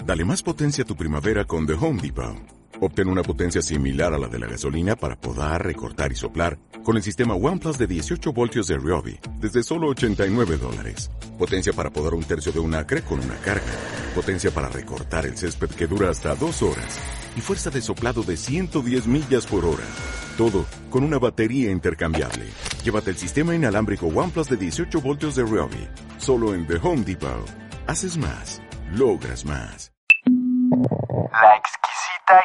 Dale más potencia a tu primavera con The Home Depot. Obtén una potencia similar a la de la gasolina para podar, recortar y soplar con el sistema OnePlus de 18 voltios de Ryobi desde solo $89. Potencia para podar un tercio de un acre con una carga. Potencia para recortar el césped que dura hasta 2 horas. Y fuerza de soplado de 110 millas por hora. Todo con una batería intercambiable. Llévate el sistema inalámbrico OnePlus de 18 voltios de Ryobi. Solo en The Home Depot. Haces más. Logras más. La exquisita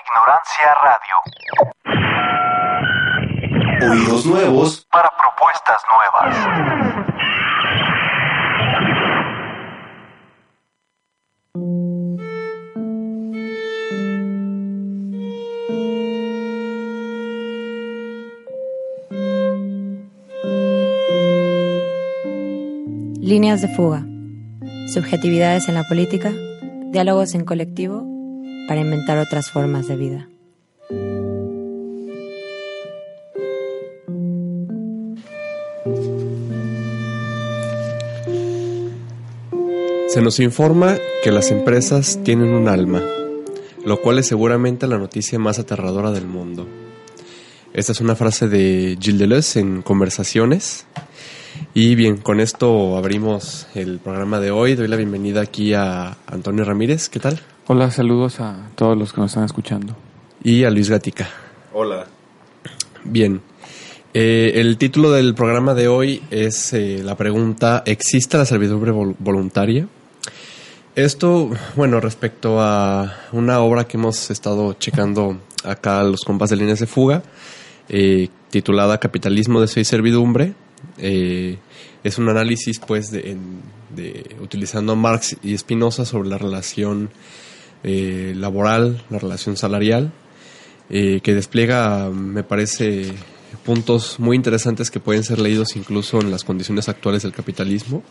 ignorancia radio. Oídos nuevos para propuestas nuevas. Líneas de fuga. Subjetividades en la política. Diálogos en colectivo para inventar otras formas de vida. Se nos informa que las empresas tienen un alma, lo cual es seguramente la noticia más aterradora del mundo. Esta es una frase de Gilles Deleuze en Conversaciones. Y bien, con esto abrimos el programa de hoy. Doy la bienvenida aquí a Antonio Ramírez. ¿Qué tal? Hola, saludos a todos los que nos están escuchando. Y a Luis Gatica. Hola. Bien. El título del programa de hoy es la pregunta: ¿existe la servidumbre voluntaria? Esto, bueno, respecto a una obra que hemos estado checando acá los compas de Líneas de Fuga, titulada Capitalismo, Deseo y Servidumbre. Es un análisis, pues, de utilizando a Marx y Spinoza sobre la relación laboral, la relación salarial, que despliega, me parece, puntos muy interesantes que pueden ser leídos incluso en las condiciones actuales del capitalismo.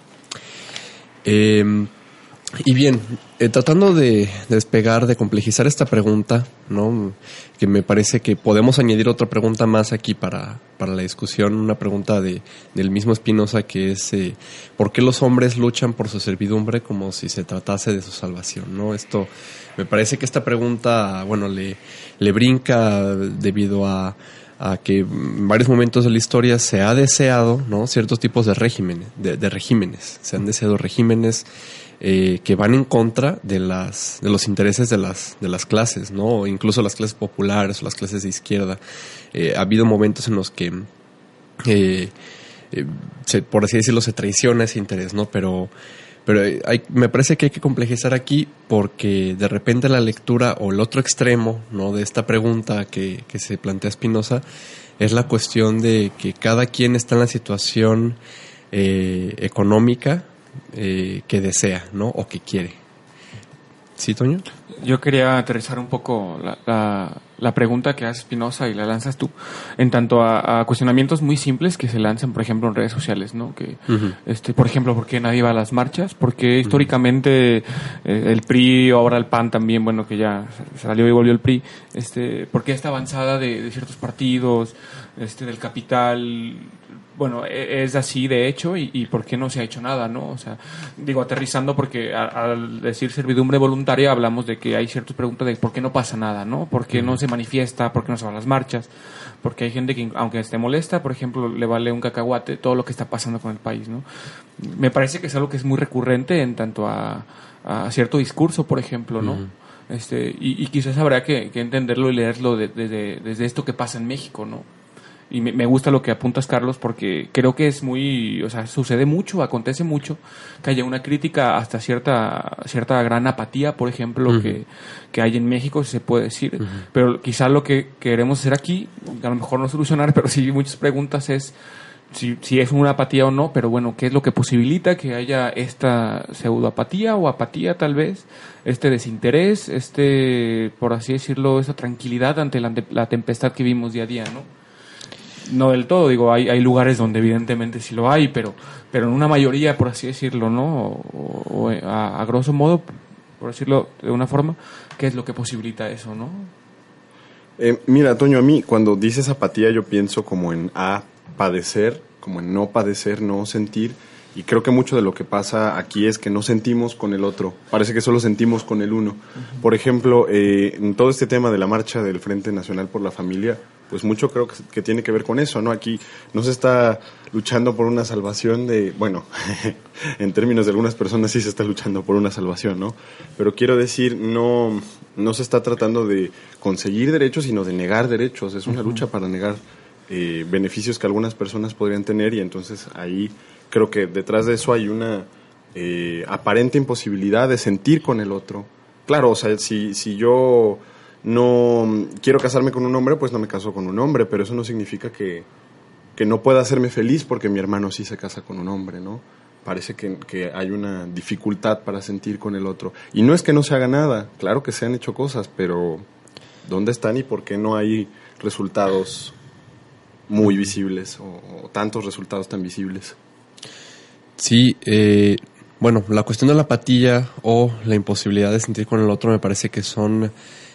Y bien, tratando de despegar, de complejizar esta pregunta, ¿no? Que me parece que podemos añadir otra pregunta más aquí para la discusión, una pregunta del mismo Spinoza, que es ¿por qué los hombres luchan por su servidumbre como si se tratase de su salvación, ¿no? Esto, me parece que esta pregunta, bueno, le brinca debido a que en varios momentos de la historia se ha deseado, ¿no?, ciertos tipos de regímenes. Se han deseado regímenes que van en contra de los intereses de las clases, ¿no? Incluso las clases populares o las clases de izquierda. Ha habido momentos en los que por así decirlo, se traiciona ese interés, ¿no? Pero me parece que hay que complejizar aquí, porque de repente la lectura o el otro extremo, ¿no?, de esta pregunta que se plantea Spinoza es la cuestión de que cada quien está en la situación económica que desea, ¿no?, o que quiere. ¿Sí, Toño? Yo quería aterrizar un poco la pregunta que hace Spinoza y la lanzas tú, en tanto a cuestionamientos muy simples que se lanzan, por ejemplo, en redes sociales, ¿no? Que, por ejemplo, ¿por qué nadie va a las marchas? ¿Por qué históricamente el PRI, ahora el PAN también, bueno, que ya salió y volvió el PRI, ¿por qué esta avanzada de ciertos partidos, del capital? Bueno, es así de hecho, y ¿por qué no se ha hecho nada, no? O sea, digo, aterrizando, porque al decir servidumbre voluntaria hablamos de que hay ciertas preguntas de por qué no pasa nada, ¿no? ¿Por qué no se manifiesta? ¿Por qué no se va a las marchas? Porque hay gente que, aunque esté molesta, por ejemplo, le vale un cacahuate todo lo que está pasando con el país, ¿no? Me parece que es algo que es muy recurrente en tanto a cierto discurso, por ejemplo, ¿no? Y quizás habrá que entenderlo y leerlo desde esto que pasa en México, ¿no? Y me gusta lo que apuntas, Carlos, porque creo que es muy, o sea, sucede mucho, acontece mucho, que haya una crítica hasta cierta gran apatía, por ejemplo, que hay en México, si se puede decir. Pero quizás lo que queremos hacer aquí, a lo mejor no solucionar, pero sí muchas preguntas es si es una apatía o no, pero bueno, ¿qué es lo que posibilita que haya esta pseudoapatía o apatía tal vez? Desinterés, por así decirlo, esa tranquilidad ante la tempestad que vimos día a día, ¿no? No del todo, digo, hay lugares donde evidentemente sí lo hay, pero en una mayoría, por así decirlo, ¿no? O a grosso modo, por decirlo de una forma, ¿qué es lo que posibilita eso, no? Mira, Toño, a mí cuando dices apatía yo pienso como en padecer, como en no padecer, no sentir, Y creo que mucho de lo que pasa aquí es que no sentimos con el otro, parece que solo sentimos con el uno. Por ejemplo, en todo este tema de la marcha del Frente Nacional por la Familia, pues mucho creo que tiene que ver con eso, ¿no? Aquí no se está luchando por una salvación bueno, en términos de algunas personas sí se está luchando por una salvación, ¿no? Pero quiero decir, no se está tratando de conseguir derechos, sino de negar derechos. Es una lucha para negar beneficios que algunas personas podrían tener, y entonces ahí creo que detrás de eso hay una aparente imposibilidad de sentir con el otro. Claro, o sea, si yo no quiero casarme con un hombre, pues no me caso con un hombre, pero eso no significa que no pueda hacerme feliz porque mi hermano sí se casa con un hombre, ¿no? Parece que hay una dificultad para sentir con el otro. Y no es que no se haga nada, claro que se han hecho cosas, pero ¿dónde están y por qué no hay resultados muy visibles o tantos resultados tan visibles? Sí, bueno, la cuestión de la apatía o la imposibilidad de sentir con el otro me parece que son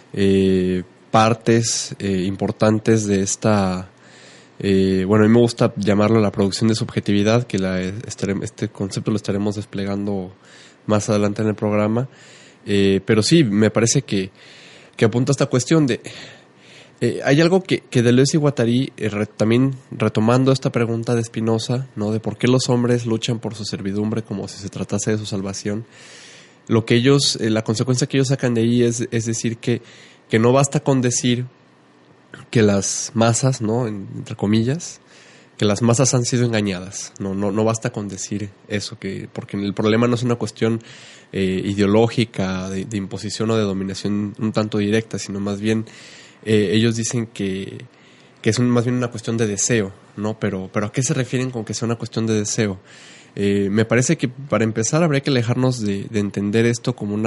partes importantes de esta, bueno, a mí me gusta llamarlo la producción de subjetividad, que este concepto lo estaremos desplegando más adelante en el programa, pero sí, me parece que apunta a esta cuestión de... hay algo que Deleuze y Guattari, también retomando esta pregunta de Spinoza, ¿no? De por qué los hombres luchan por su servidumbre como si se tratase de su salvación. Lo que ellos, la consecuencia que ellos sacan de ahí es decir que no basta con decir que las masas, ¿no? Entre comillas, que las masas han sido engañadas. No basta con decir eso, porque el problema no es una cuestión ideológica, de imposición o de dominación un tanto directa, sino más bien ellos dicen que es más bien una cuestión de deseo, ¿no? Pero ¿a qué se refieren con que sea una cuestión de deseo? Me parece que para empezar habría que alejarnos de entender esto como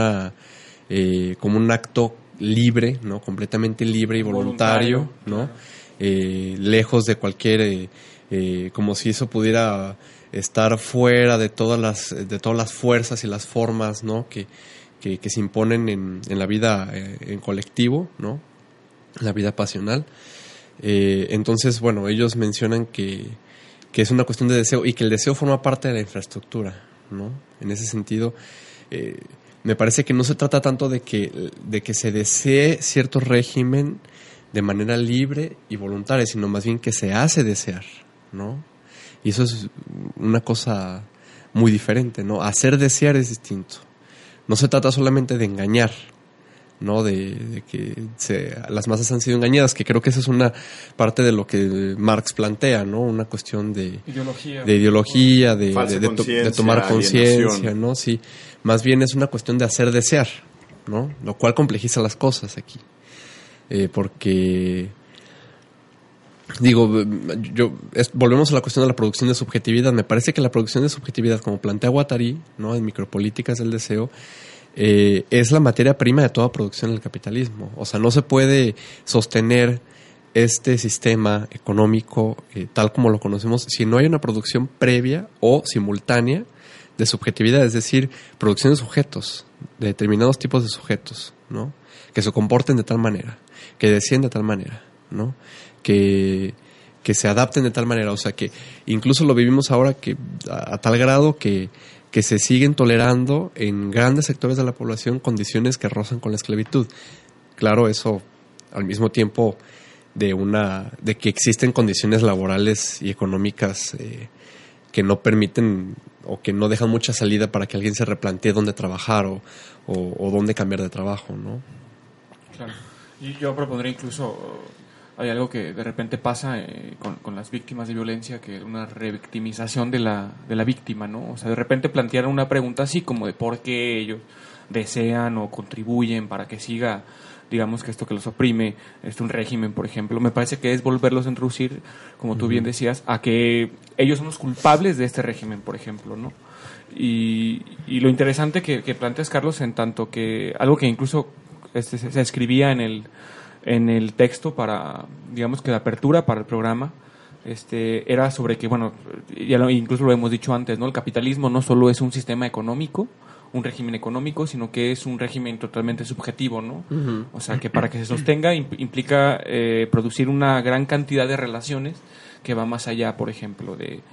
un acto libre, ¿no? Completamente libre y voluntario, ¿no? Lejos de cualquier, como si eso pudiera estar fuera de todas las fuerzas y las formas, ¿no? que se imponen en la vida en colectivo, ¿no? La vida pasional. Entonces, bueno, ellos mencionan que es una cuestión de deseo y que el deseo forma parte de la infraestructura, ¿no? En ese sentido, me parece que no se trata tanto de que se desee cierto régimen de manera libre y voluntaria, sino más bien que se hace desear, ¿no? Y eso es una cosa muy diferente, ¿no? Hacer desear es distinto. No se trata solamente de engañar, ¿no? De que las masas han sido engañadas, que creo que esa es una parte de lo que Marx plantea, ¿no? Una cuestión de ideología, de tomar conciencia, ¿no? Sí, más bien es una cuestión de hacer desear, ¿no? Lo cual complejiza las cosas aquí, porque volvemos a la cuestión de la producción de subjetividad. Me parece que la producción de subjetividad, como plantea Guattari, ¿no? En Micropolíticas del Deseo, es la materia prima de toda producción en el capitalismo. O sea, no se puede sostener este sistema económico tal como lo conocemos si no hay una producción previa o simultánea de subjetividad, es decir, producción de sujetos, de determinados tipos de sujetos, ¿no? Que se comporten de tal manera, que deseen de tal manera, ¿no? Que se adapten de tal manera. O sea, que incluso lo vivimos ahora que a tal grado que se siguen tolerando en grandes sectores de la población condiciones que rozan con la esclavitud. Claro, eso al mismo tiempo de que existen condiciones laborales y económicas que no permiten o que no dejan mucha salida para que alguien se replantee dónde trabajar o dónde cambiar de trabajo, ¿no? Claro. Y yo propondría incluso... Hay algo que de repente pasa con las víctimas de violencia, que es una revictimización de la víctima, ¿no? O sea, de repente plantear una pregunta así como de por qué ellos desean o contribuyen para que siga, digamos, que esto que los oprime, un régimen, por ejemplo. Me parece que es volverlos a introducir, como tú bien decías, a que ellos son los culpables de este régimen, por ejemplo, ¿no? Y lo interesante que planteas, Carlos, en tanto que algo que incluso se escribía en el texto para, digamos que la apertura para el programa, era sobre que, bueno, incluso lo hemos dicho antes, ¿no? El capitalismo no solo es un sistema económico, un régimen económico, sino que es un régimen totalmente subjetivo, ¿no? Uh-huh. O sea, que para que se sostenga implica producir una gran cantidad de relaciones que va más allá, por ejemplo,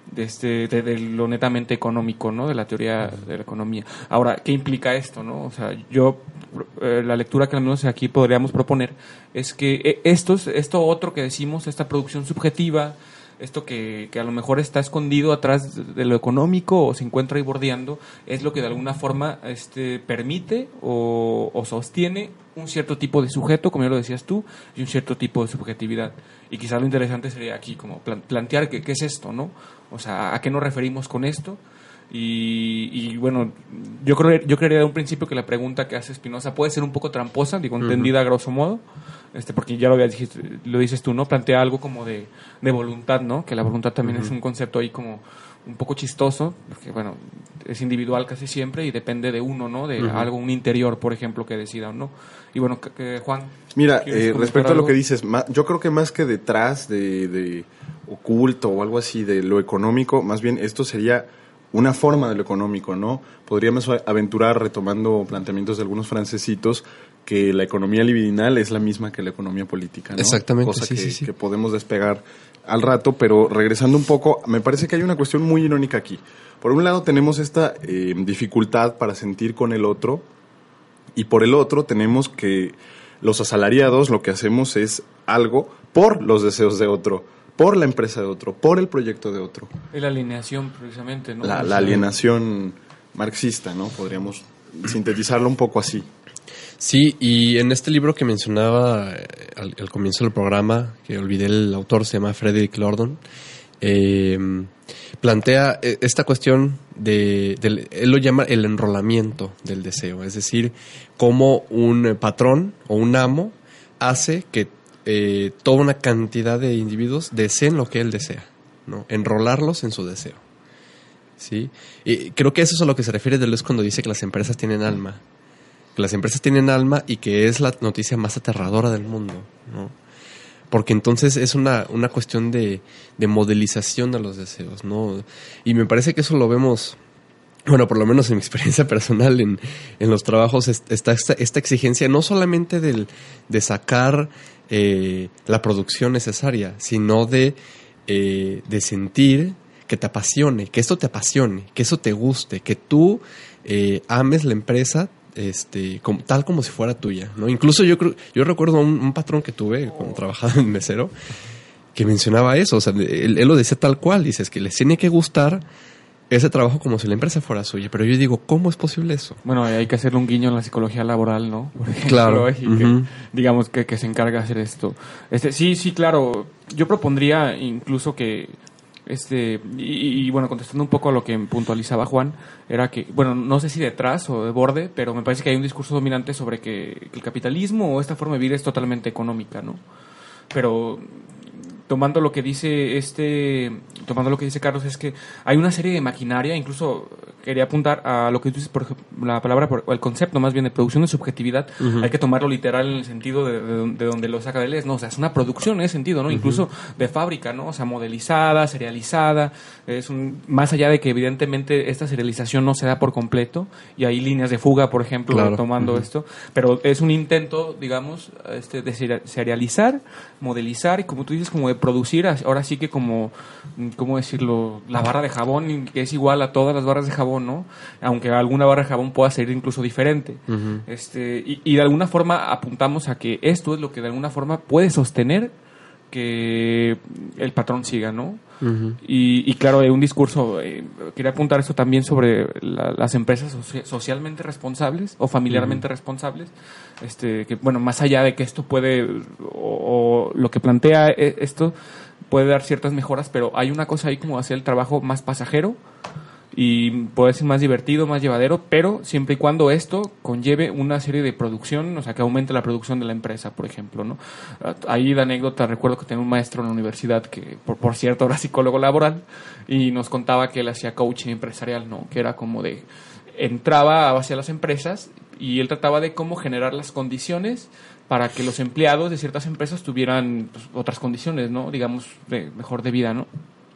de lo netamente económico, ¿no? De la teoría de la economía. Ahora, ¿qué implica esto, no? O sea, la lectura que al menos aquí podríamos proponer es que esto otro que decimos, esta producción subjetiva, esto que a lo mejor está escondido atrás de lo económico o se encuentra ahí bordeando, es lo que de alguna forma permite o sostiene un cierto tipo de sujeto, como ya lo decías tú, y un cierto tipo de subjetividad. Y quizás lo interesante sería aquí como plantear qué es esto, ¿no? O sea, ¿a qué nos referimos con esto? Y bueno, yo creería de un principio que la pregunta que hace Spinoza puede ser un poco tramposa, digo, entendida a grosso modo, porque ya lo dices tú, ¿no? Plantea algo como de voluntad, ¿no? Que la voluntad también es un concepto ahí como un poco chistoso, porque bueno, es individual casi siempre y depende de uno, ¿no? De algo, un interior, por ejemplo, que decida o no. Y bueno, Juan. Mira, respecto a lo que dices, yo creo que más que detrás de oculto o algo así de lo económico, más bien esto sería una forma de lo económico, ¿no? Podríamos aventurar, retomando planteamientos de algunos francesitos, que la economía libidinal es la misma que la economía política, ¿no? Exactamente, cosa sí. que podemos despegar al rato, pero regresando un poco, me parece que hay una cuestión muy irónica aquí. Por un lado tenemos esta dificultad para sentir con el otro, y por el otro tenemos que los asalariados lo que hacemos es algo por los deseos de otro, por la empresa de otro, por el proyecto de otro. Es la alienación, precisamente, ¿no? La alienación marxista, ¿no? Podríamos sintetizarlo un poco así. Sí, y en este libro que mencionaba al comienzo del programa, que olvidé el autor, se llama Frederick Lordon, plantea esta cuestión él lo llama el enrolamiento del deseo, es decir, cómo un patrón o un amo hace que toda una cantidad de individuos deseen lo que él desea, ¿no? Enrolarlos en su deseo, ¿sí? Y creo que eso es a lo que se refiere Deleuze cuando dice que las empresas tienen alma. Que las empresas tienen alma y que es la noticia más aterradora del mundo, ¿no? Porque entonces es una cuestión de modelización de los deseos, ¿no? Y me parece que eso lo vemos, bueno, por lo menos en mi experiencia personal en los trabajos, está esta exigencia no solamente de sacar la producción necesaria, sino de sentir que te apasione, que esto te apasione, que eso te guste, que tú ames la empresa tal como si fuera tuya, ¿no? Incluso yo recuerdo un patrón que tuve cuando trabajaba en mesero que mencionaba eso, o sea, él lo decía tal cual, dice, es que les tiene que gustar ese trabajo como si la empresa fuera suya, pero yo digo, ¿cómo es posible eso? Bueno, hay que hacerle un guiño en la psicología laboral, ¿no? Por ejemplo, claro. Y que, digamos que se encarga de hacer esto. Sí, claro, yo propondría incluso que y bueno, contestando un poco a lo que puntualizaba Juan, era que, bueno, no sé si detrás o de borde, pero me parece que hay un discurso dominante sobre que el capitalismo o esta forma de vivir es totalmente económica, ¿no? Pero tomando lo que dice Carlos, es que hay una serie de maquinaria, incluso quería apuntar a lo que tú dices, por ejemplo, la palabra, o el concepto más bien de producción de subjetividad, hay que tomarlo literal en el sentido de donde lo saca Deleuze, ¿no? O sea, es una producción en ese sentido, ¿no? Incluso de fábrica, ¿no? O sea, modelizada, serializada, más allá de que evidentemente esta serialización no se da por completo, y hay líneas de fuga, por ejemplo, claro, tomando esto, pero es un intento, digamos, de serializar, modelizar, y como tú dices, como de producir, ahora sí que como, ¿cómo decirlo? La barra de jabón, que es igual a todas las barras de jabón, ¿no? Aunque alguna barra de jabón pueda ser incluso diferente. Y de alguna forma apuntamos a que esto es lo que de alguna forma puede sostener que el patrón siga, ¿no? Y claro, un discurso, quería apuntar esto también sobre las empresas socialmente responsables o familiarmente responsables, que bueno, más allá de que esto puede, o lo que plantea esto puede dar ciertas mejoras, pero hay una cosa ahí como hacer el trabajo más pasajero y puede ser más divertido, más llevadero, pero siempre y cuando esto conlleve una serie de producción, o sea, que aumente la producción de la empresa, por ejemplo, ¿no? Ahí de anécdota, recuerdo que tenía un maestro en la universidad que, por cierto, era psicólogo laboral, y nos contaba que él hacía coaching empresarial, ¿no? Que era como de, entraba hacia las empresas y él trataba de cómo generar las condiciones para que los empleados de ciertas empresas tuvieran, pues, otras condiciones, ¿no? Digamos, mejor de vida, ¿no?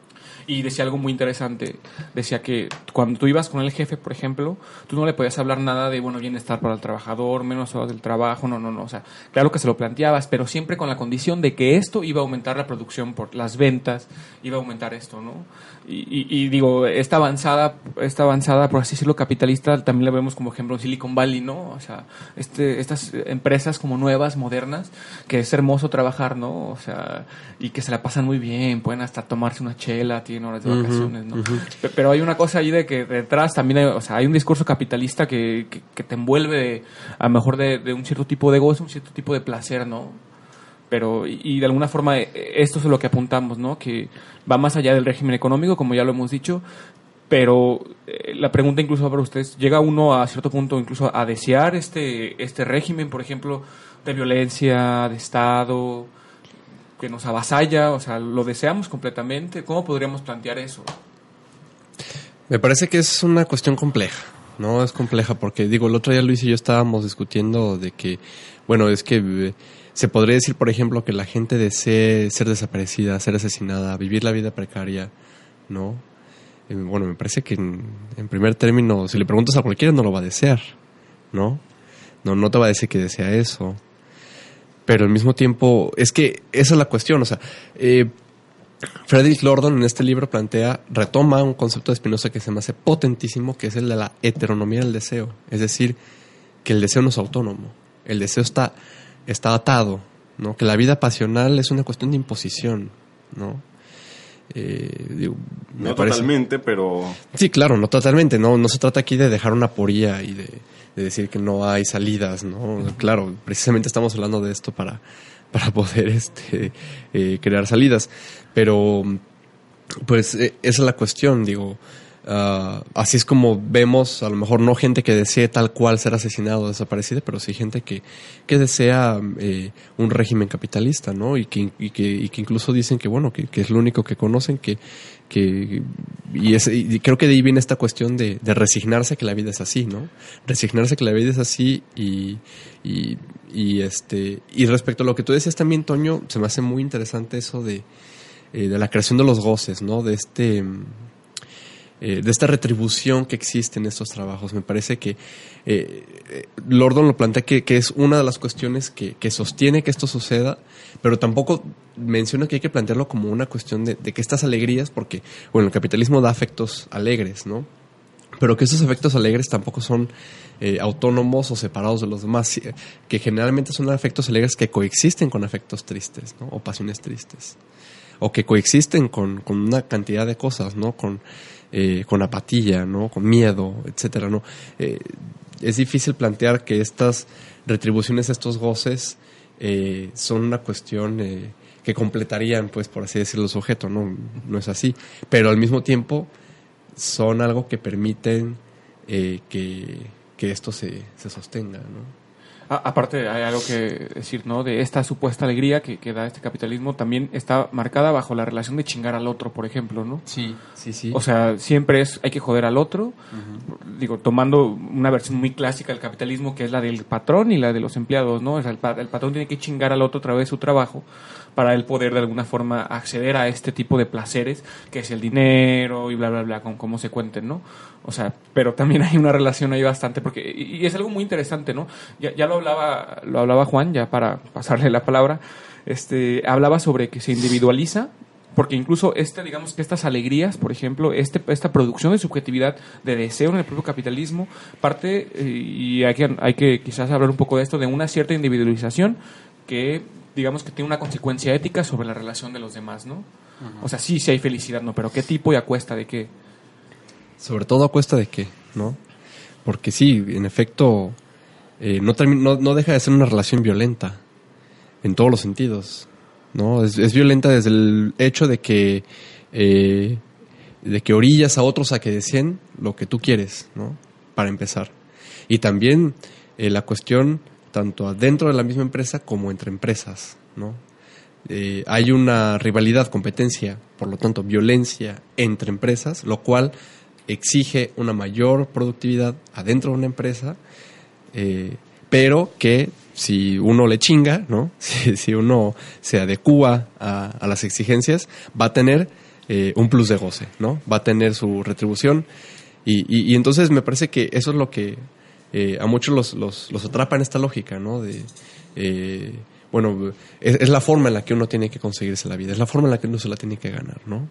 Y decía algo muy interesante. Decía que cuando tú ibas con el jefe, por ejemplo, tú no le podías hablar nada de, bueno, bienestar para el trabajador, menos horas del trabajo, no. O sea, claro que se lo planteabas, pero siempre con la condición de que esto iba a aumentar la producción por las ventas, iba a aumentar esto, ¿no? Y digo, esta avanzada, por así decirlo, capitalista, también la vemos como ejemplo en Silicon Valley, ¿no? O sea, estas empresas como nuevas, modernas, que es hermoso trabajar, ¿no? O sea, y que se la pasan muy bien, pueden hasta tomarse una chela, tienen horas de vacaciones, ¿no? Pero hay una cosa ahí de que detrás también hay un discurso capitalista que te envuelve a lo mejor de un cierto tipo de gozo, un cierto tipo de placer, ¿no? Pero, y de alguna forma, esto es lo que apuntamos, ¿no? Que va más allá del régimen económico, como ya lo hemos dicho, pero la pregunta incluso para ustedes, ¿llega uno a cierto punto incluso a desear este régimen, por ejemplo, de violencia, de Estado, que nos avasalla? O sea, ¿lo deseamos completamente? ¿Cómo podríamos plantear eso? Me parece que es una cuestión compleja, ¿no? Es compleja porque, digo, el otro día Luis y yo estábamos discutiendo de que, bueno, es que se podría decir, por ejemplo, que la gente desee ser desaparecida, ser asesinada, vivir la vida precaria, ¿no? Bueno, me parece que en primer término, si le preguntas a cualquiera, no lo va a desear, ¿no? No te va a decir que desea eso. Pero al mismo tiempo, es que esa es la cuestión, o sea, Frederick Lordon en este libro retoma un concepto de Spinoza que se me hace potentísimo, que es el de la heteronomía del deseo. Es decir, que el deseo no es autónomo, el deseo está atado, ¿no? Que la vida pasional es una cuestión de imposición, ¿no? No totalmente, pero... Sí, claro, no totalmente, no se trata aquí de dejar una aporía y de decir que no hay salidas, ¿no? Claro, precisamente estamos hablando de esto para poder crear salidas, pero pues esa es la cuestión, digo. Así es como vemos, a lo mejor no gente que desee tal cual ser asesinado o desaparecido, pero sí gente que desea un régimen capitalista, ¿no? Y que incluso dicen que, bueno, que es lo único que conocen, y creo que de ahí viene esta cuestión de resignarse a que la vida es así, ¿no? Resignarse a que la vida es así y respecto a lo que tú decías también, Toño, se me hace muy interesante eso de la creación de los goces, ¿no? De esta retribución que existe en estos trabajos. Me parece que Lordon lo plantea que es una de las cuestiones que sostiene que esto suceda, pero tampoco menciona que hay que plantearlo como una cuestión de que estas alegrías, porque, bueno, el capitalismo da afectos alegres, ¿no? Pero que esos afectos alegres tampoco son autónomos o separados de los demás, que generalmente son afectos alegres que coexisten con afectos tristes, ¿no? O pasiones tristes, o que coexisten con una cantidad de cosas, ¿no? Con apatía, ¿no? Con miedo, etcétera, ¿no? Es difícil plantear que estas retribuciones, estos goces, son una cuestión que completarían, pues, por así decirlo, el sujeto, ¿no? No es así. Pero al mismo tiempo son algo que permiten que esto se sostenga, ¿no? Aparte, hay algo que decir, ¿no? De esta supuesta alegría que da este capitalismo, también está marcada bajo la relación de chingar al otro, por ejemplo, ¿no? Sí. O sea, siempre hay que joder al otro. Uh-huh. Digo, tomando una versión muy clásica del capitalismo, que es la del patrón y la de los empleados, ¿no? O sea, el patrón tiene que chingar al otro a través de su trabajo para él poder de alguna forma acceder a este tipo de placeres, que es el dinero y bla, bla, bla, con cómo se cuenten, ¿no? O sea, pero también hay una relación ahí bastante, porque y es algo muy interesante, ¿no? Ya lo hablaba Juan, ya para pasarle la palabra, hablaba sobre que se individualiza, porque incluso digamos que estas alegrías, por ejemplo, esta producción de subjetividad, de deseo en el propio capitalismo, parte, y hay que quizás hablar un poco de esto, de una cierta individualización que, digamos que tiene una consecuencia ética sobre la relación de los demás, ¿no? Uh-huh. O sea, sí hay felicidad, ¿no? Pero ¿qué tipo y a cuesta de qué? Sobre todo a cuesta de qué, ¿no? Porque sí, en efecto, no deja de ser una relación violenta en todos los sentidos, ¿no? Es violenta desde el hecho de que orillas a otros a que deseen lo que tú quieres, ¿no? Para empezar. Y también la cuestión tanto adentro de la misma empresa como entre empresas, ¿no? Hay una rivalidad, competencia, por lo tanto violencia entre empresas, lo cual exige una mayor productividad adentro de una empresa, pero que si uno le chinga, ¿no? Si uno se adecúa a las exigencias, va a tener un plus de goce, ¿no? Va a tener su retribución y entonces me parece que eso es lo que a muchos los atrapa en esta lógica, ¿no? Bueno, es la forma en la que uno tiene que conseguirse la vida, es la forma en la que uno se la tiene que ganar, ¿no?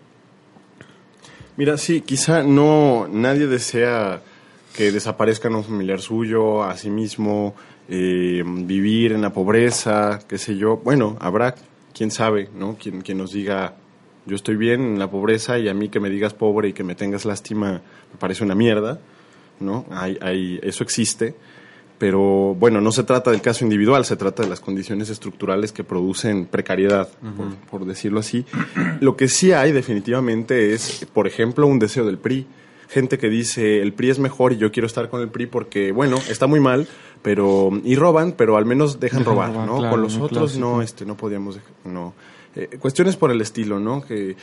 Mira, sí, quizá nadie desea que desaparezca un familiar suyo, a sí mismo, vivir en la pobreza, qué sé yo. Bueno, habrá, quién sabe, ¿no? Quien nos diga, yo estoy bien en la pobreza y a mí que me digas pobre y que me tengas lástima me parece una mierda, ¿no? Eso existe. Pero bueno, no se trata del caso individual, se trata de las condiciones estructurales que producen precariedad, por decirlo así. Lo que sí hay definitivamente es, por ejemplo, un deseo del PRI. Gente que dice, el PRI es mejor y yo quiero estar con el PRI porque, bueno, está muy mal, y roban, pero al menos dejan robar, ¿no? Con los otros no podíamos, no. Cuestiones por el estilo, ¿no?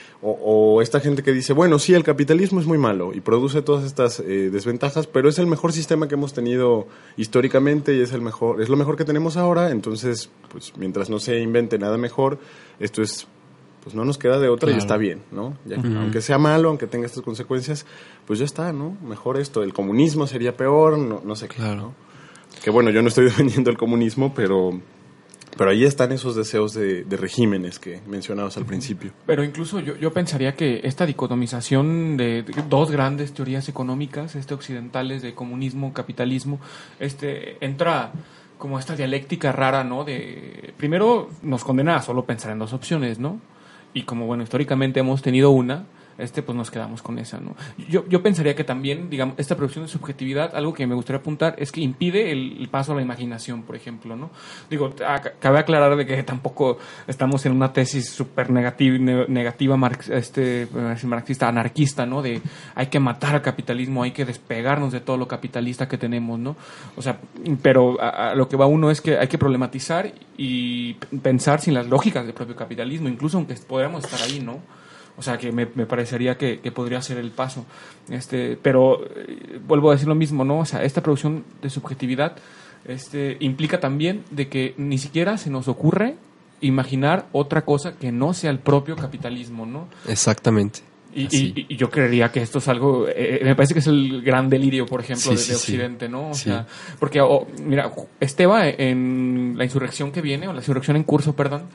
O esta gente que dice, bueno, sí, el capitalismo es muy malo y produce todas estas desventajas, pero es el mejor sistema que hemos tenido históricamente y es lo mejor que tenemos ahora, entonces, pues, mientras no se invente nada mejor, esto es, pues, no nos queda de otra. Claro. Y está bien, ¿no? Ya, aunque sea malo, aunque tenga estas consecuencias, pues ya está, ¿no? Mejor esto, el comunismo sería peor, no sé qué, claro. ¿No? Que bueno, yo no estoy defendiendo el comunismo, pero ahí están esos deseos de regímenes que mencionabas al principio. Pero incluso yo pensaría que esta dicotomización de dos grandes teorías económicas, occidentales, de comunismo, capitalismo, entra como esta dialéctica rara, ¿no? Primero nos condena a solo pensar en dos opciones, ¿no? Y como, bueno, históricamente hemos tenido una, pues nos quedamos con esa, ¿no? Yo pensaría que también, digamos, esta producción de subjetividad, algo que me gustaría apuntar es que impide el paso a la imaginación, por ejemplo, ¿no? Digo, cabe aclarar de que tampoco estamos en una tesis súper negativa marxista, anarquista, ¿no? De hay que matar al capitalismo, hay que despegarnos de todo lo capitalista que tenemos, ¿no? O sea, pero a lo que va uno es que hay que problematizar y pensar sin las lógicas del propio capitalismo, incluso aunque podamos estar ahí, ¿no? O sea, que me parecería que podría ser el paso. Pero vuelvo a decir lo mismo, ¿no? O sea, esta producción de subjetividad implica también de que ni siquiera se nos ocurre imaginar otra cosa que no sea el propio capitalismo, ¿no? Exactamente. Y yo creería que esto es algo, me parece que es el gran delirio, por ejemplo, de Occidente, ¿no? O sea, porque, mira, Esteba en la insurrección que viene, o la insurrección en curso, perdón,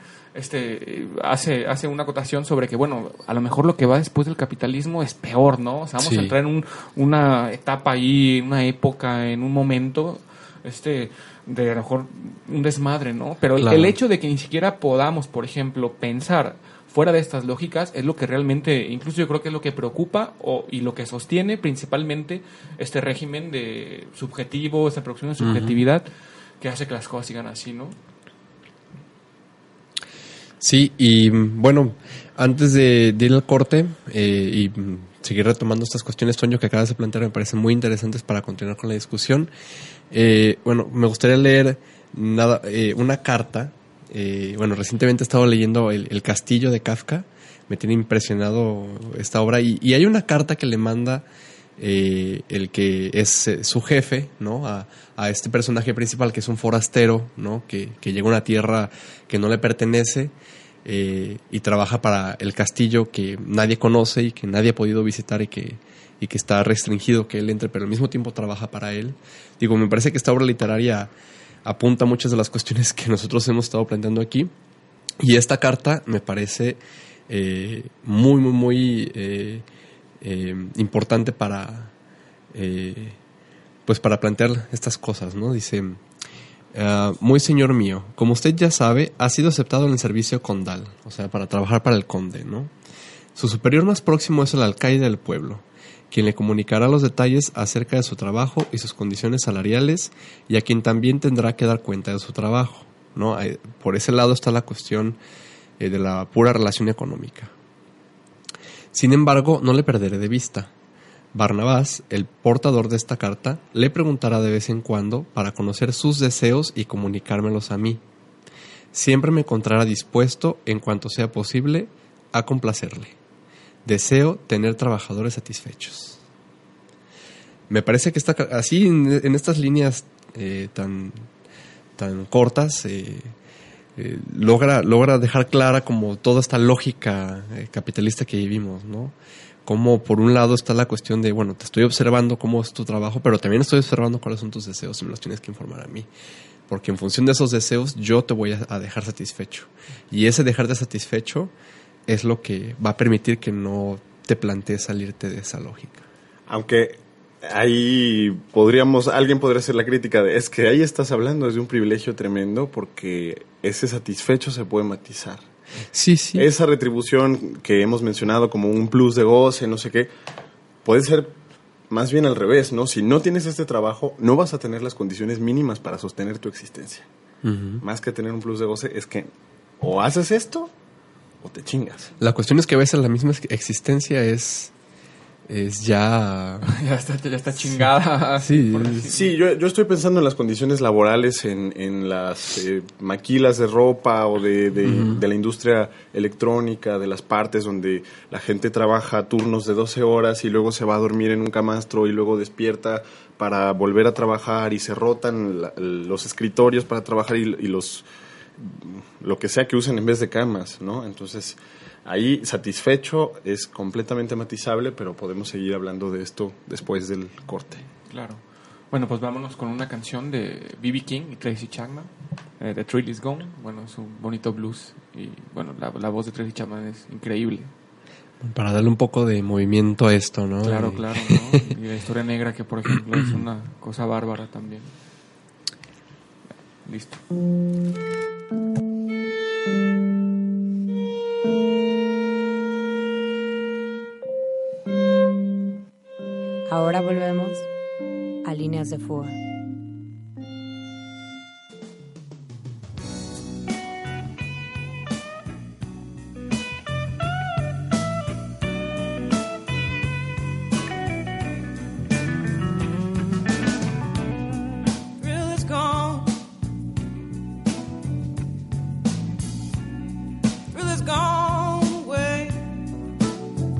hace una acotación sobre que, bueno, a lo mejor lo que va después del capitalismo es peor, ¿no? O sea, vamos a entrar en una etapa ahí, una época, en un momento, de a lo mejor un desmadre, ¿no? Pero claro, el hecho de que ni siquiera podamos, por ejemplo, pensar fuera de estas lógicas es lo que realmente, incluso yo creo que es lo que preocupa y lo que sostiene principalmente este régimen de subjetivo, esta producción de subjetividad, que hace que las cosas sigan así, ¿no? Sí, y bueno, antes de ir al corte y seguir retomando estas cuestiones, Toño, que acabas de plantear, me parecen muy interesantes para continuar con la discusión. Bueno, me gustaría leer una carta. Bueno, recientemente he estado leyendo El Castillo de Kafka. Me tiene impresionado esta obra. Y hay una carta que le manda el que es su jefe, ¿no? A este personaje principal, que es un forastero, ¿no? Que llega a una tierra que no le pertenece y trabaja para el castillo que nadie conoce y que nadie ha podido visitar y que está restringido que él entre, pero al mismo tiempo trabaja para él. Digo, me parece que esta obra literaria apunta muchas de las cuestiones que nosotros hemos estado planteando aquí, y esta carta me parece muy, muy, muy importante para pues para plantear estas cosas, ¿no? Dice: muy señor mío, como usted ya sabe, ha sido aceptado en el servicio condal, o sea, para trabajar para el conde, ¿no? Su superior más próximo es el alcaide del pueblo, quien le comunicará los detalles acerca de su trabajo y sus condiciones salariales, y a quien también tendrá que dar cuenta de su trabajo, ¿no? Por ese lado está la cuestión de la pura relación económica. Sin embargo, no le perderé de vista. Barnabás, el portador de esta carta, le preguntará de vez en cuando para conocer sus deseos y comunicármelos a mí. Siempre me encontrará dispuesto, en cuanto sea posible, a complacerle. Deseo tener trabajadores satisfechos. Me parece que está así en estas líneas tan cortas. logra dejar clara como toda esta lógica capitalista que vivimos, ¿no? Como por un lado está la cuestión de, bueno, te estoy observando cómo es tu trabajo, pero también estoy observando cuáles son tus deseos y me los tienes que informar a mí. Porque en función de esos deseos yo te voy a dejar satisfecho. Y ese dejarte satisfecho es lo que va a permitir que no te plantees salirte de esa lógica. Aunque ahí alguien podría hacer la crítica de, es que ahí estás hablando desde un privilegio tremendo porque ese satisfecho se puede matizar. Sí, sí. Esa retribución que hemos mencionado como un plus de goce, no sé qué, puede ser más bien al revés, ¿no? Si no tienes este trabajo, no vas a tener las condiciones mínimas para sostener tu existencia. Uh-huh. Más que tener un plus de goce, es que o haces esto o te chingas. La cuestión es que a veces la misma existencia es ya... ya está chingada. Sí, sí, yo estoy pensando en las condiciones laborales en las maquilas de ropa o de la industria electrónica, de las partes donde la gente trabaja turnos de 12 horas y luego se va a dormir en un camastro y luego despierta para volver a trabajar y se rotan los escritorios para trabajar y lo que sea que usen en vez de camas, ¿no? Entonces, ahí satisfecho es completamente matizable, pero podemos seguir hablando de esto después del corte. Claro. Bueno, pues vámonos con una canción de B.B. King y Tracy Chapman, The Thrill Is Gone. Bueno, es un bonito blues y, bueno, la voz de Tracy Chapman es increíble. Para darle un poco de movimiento a esto, ¿no? Claro, ¿no? Y la historia negra, que por ejemplo es una cosa bárbara también. Listo. Ahora volvemos a Líneas de Fuga.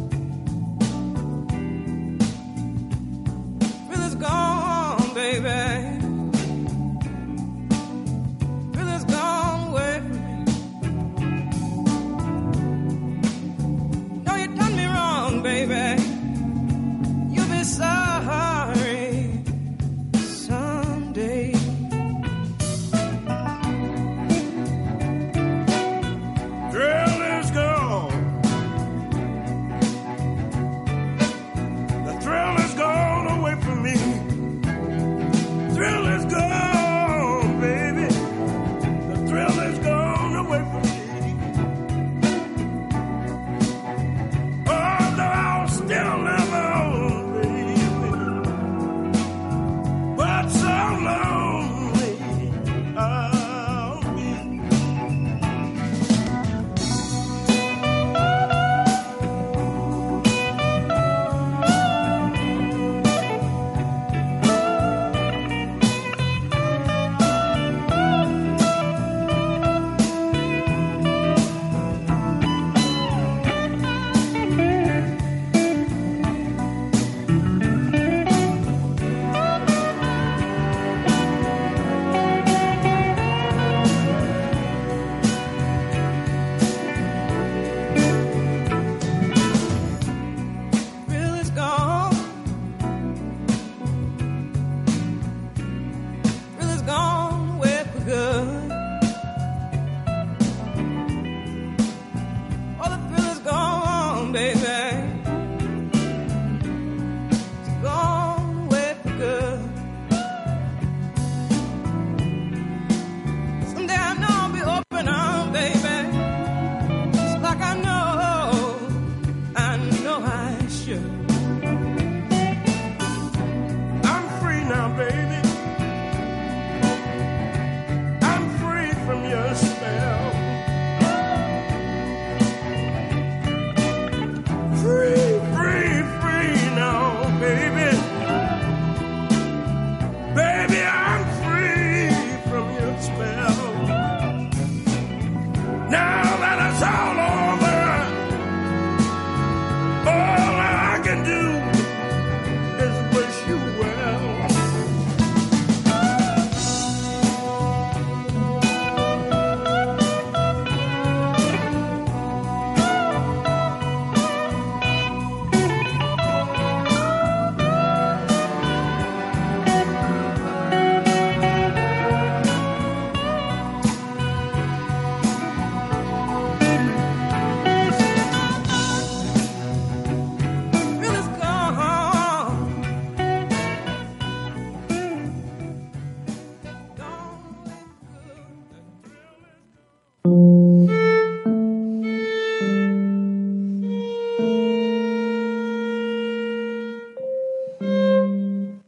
Baby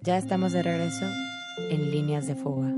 Ya estamos de regreso en Líneas de Fuga.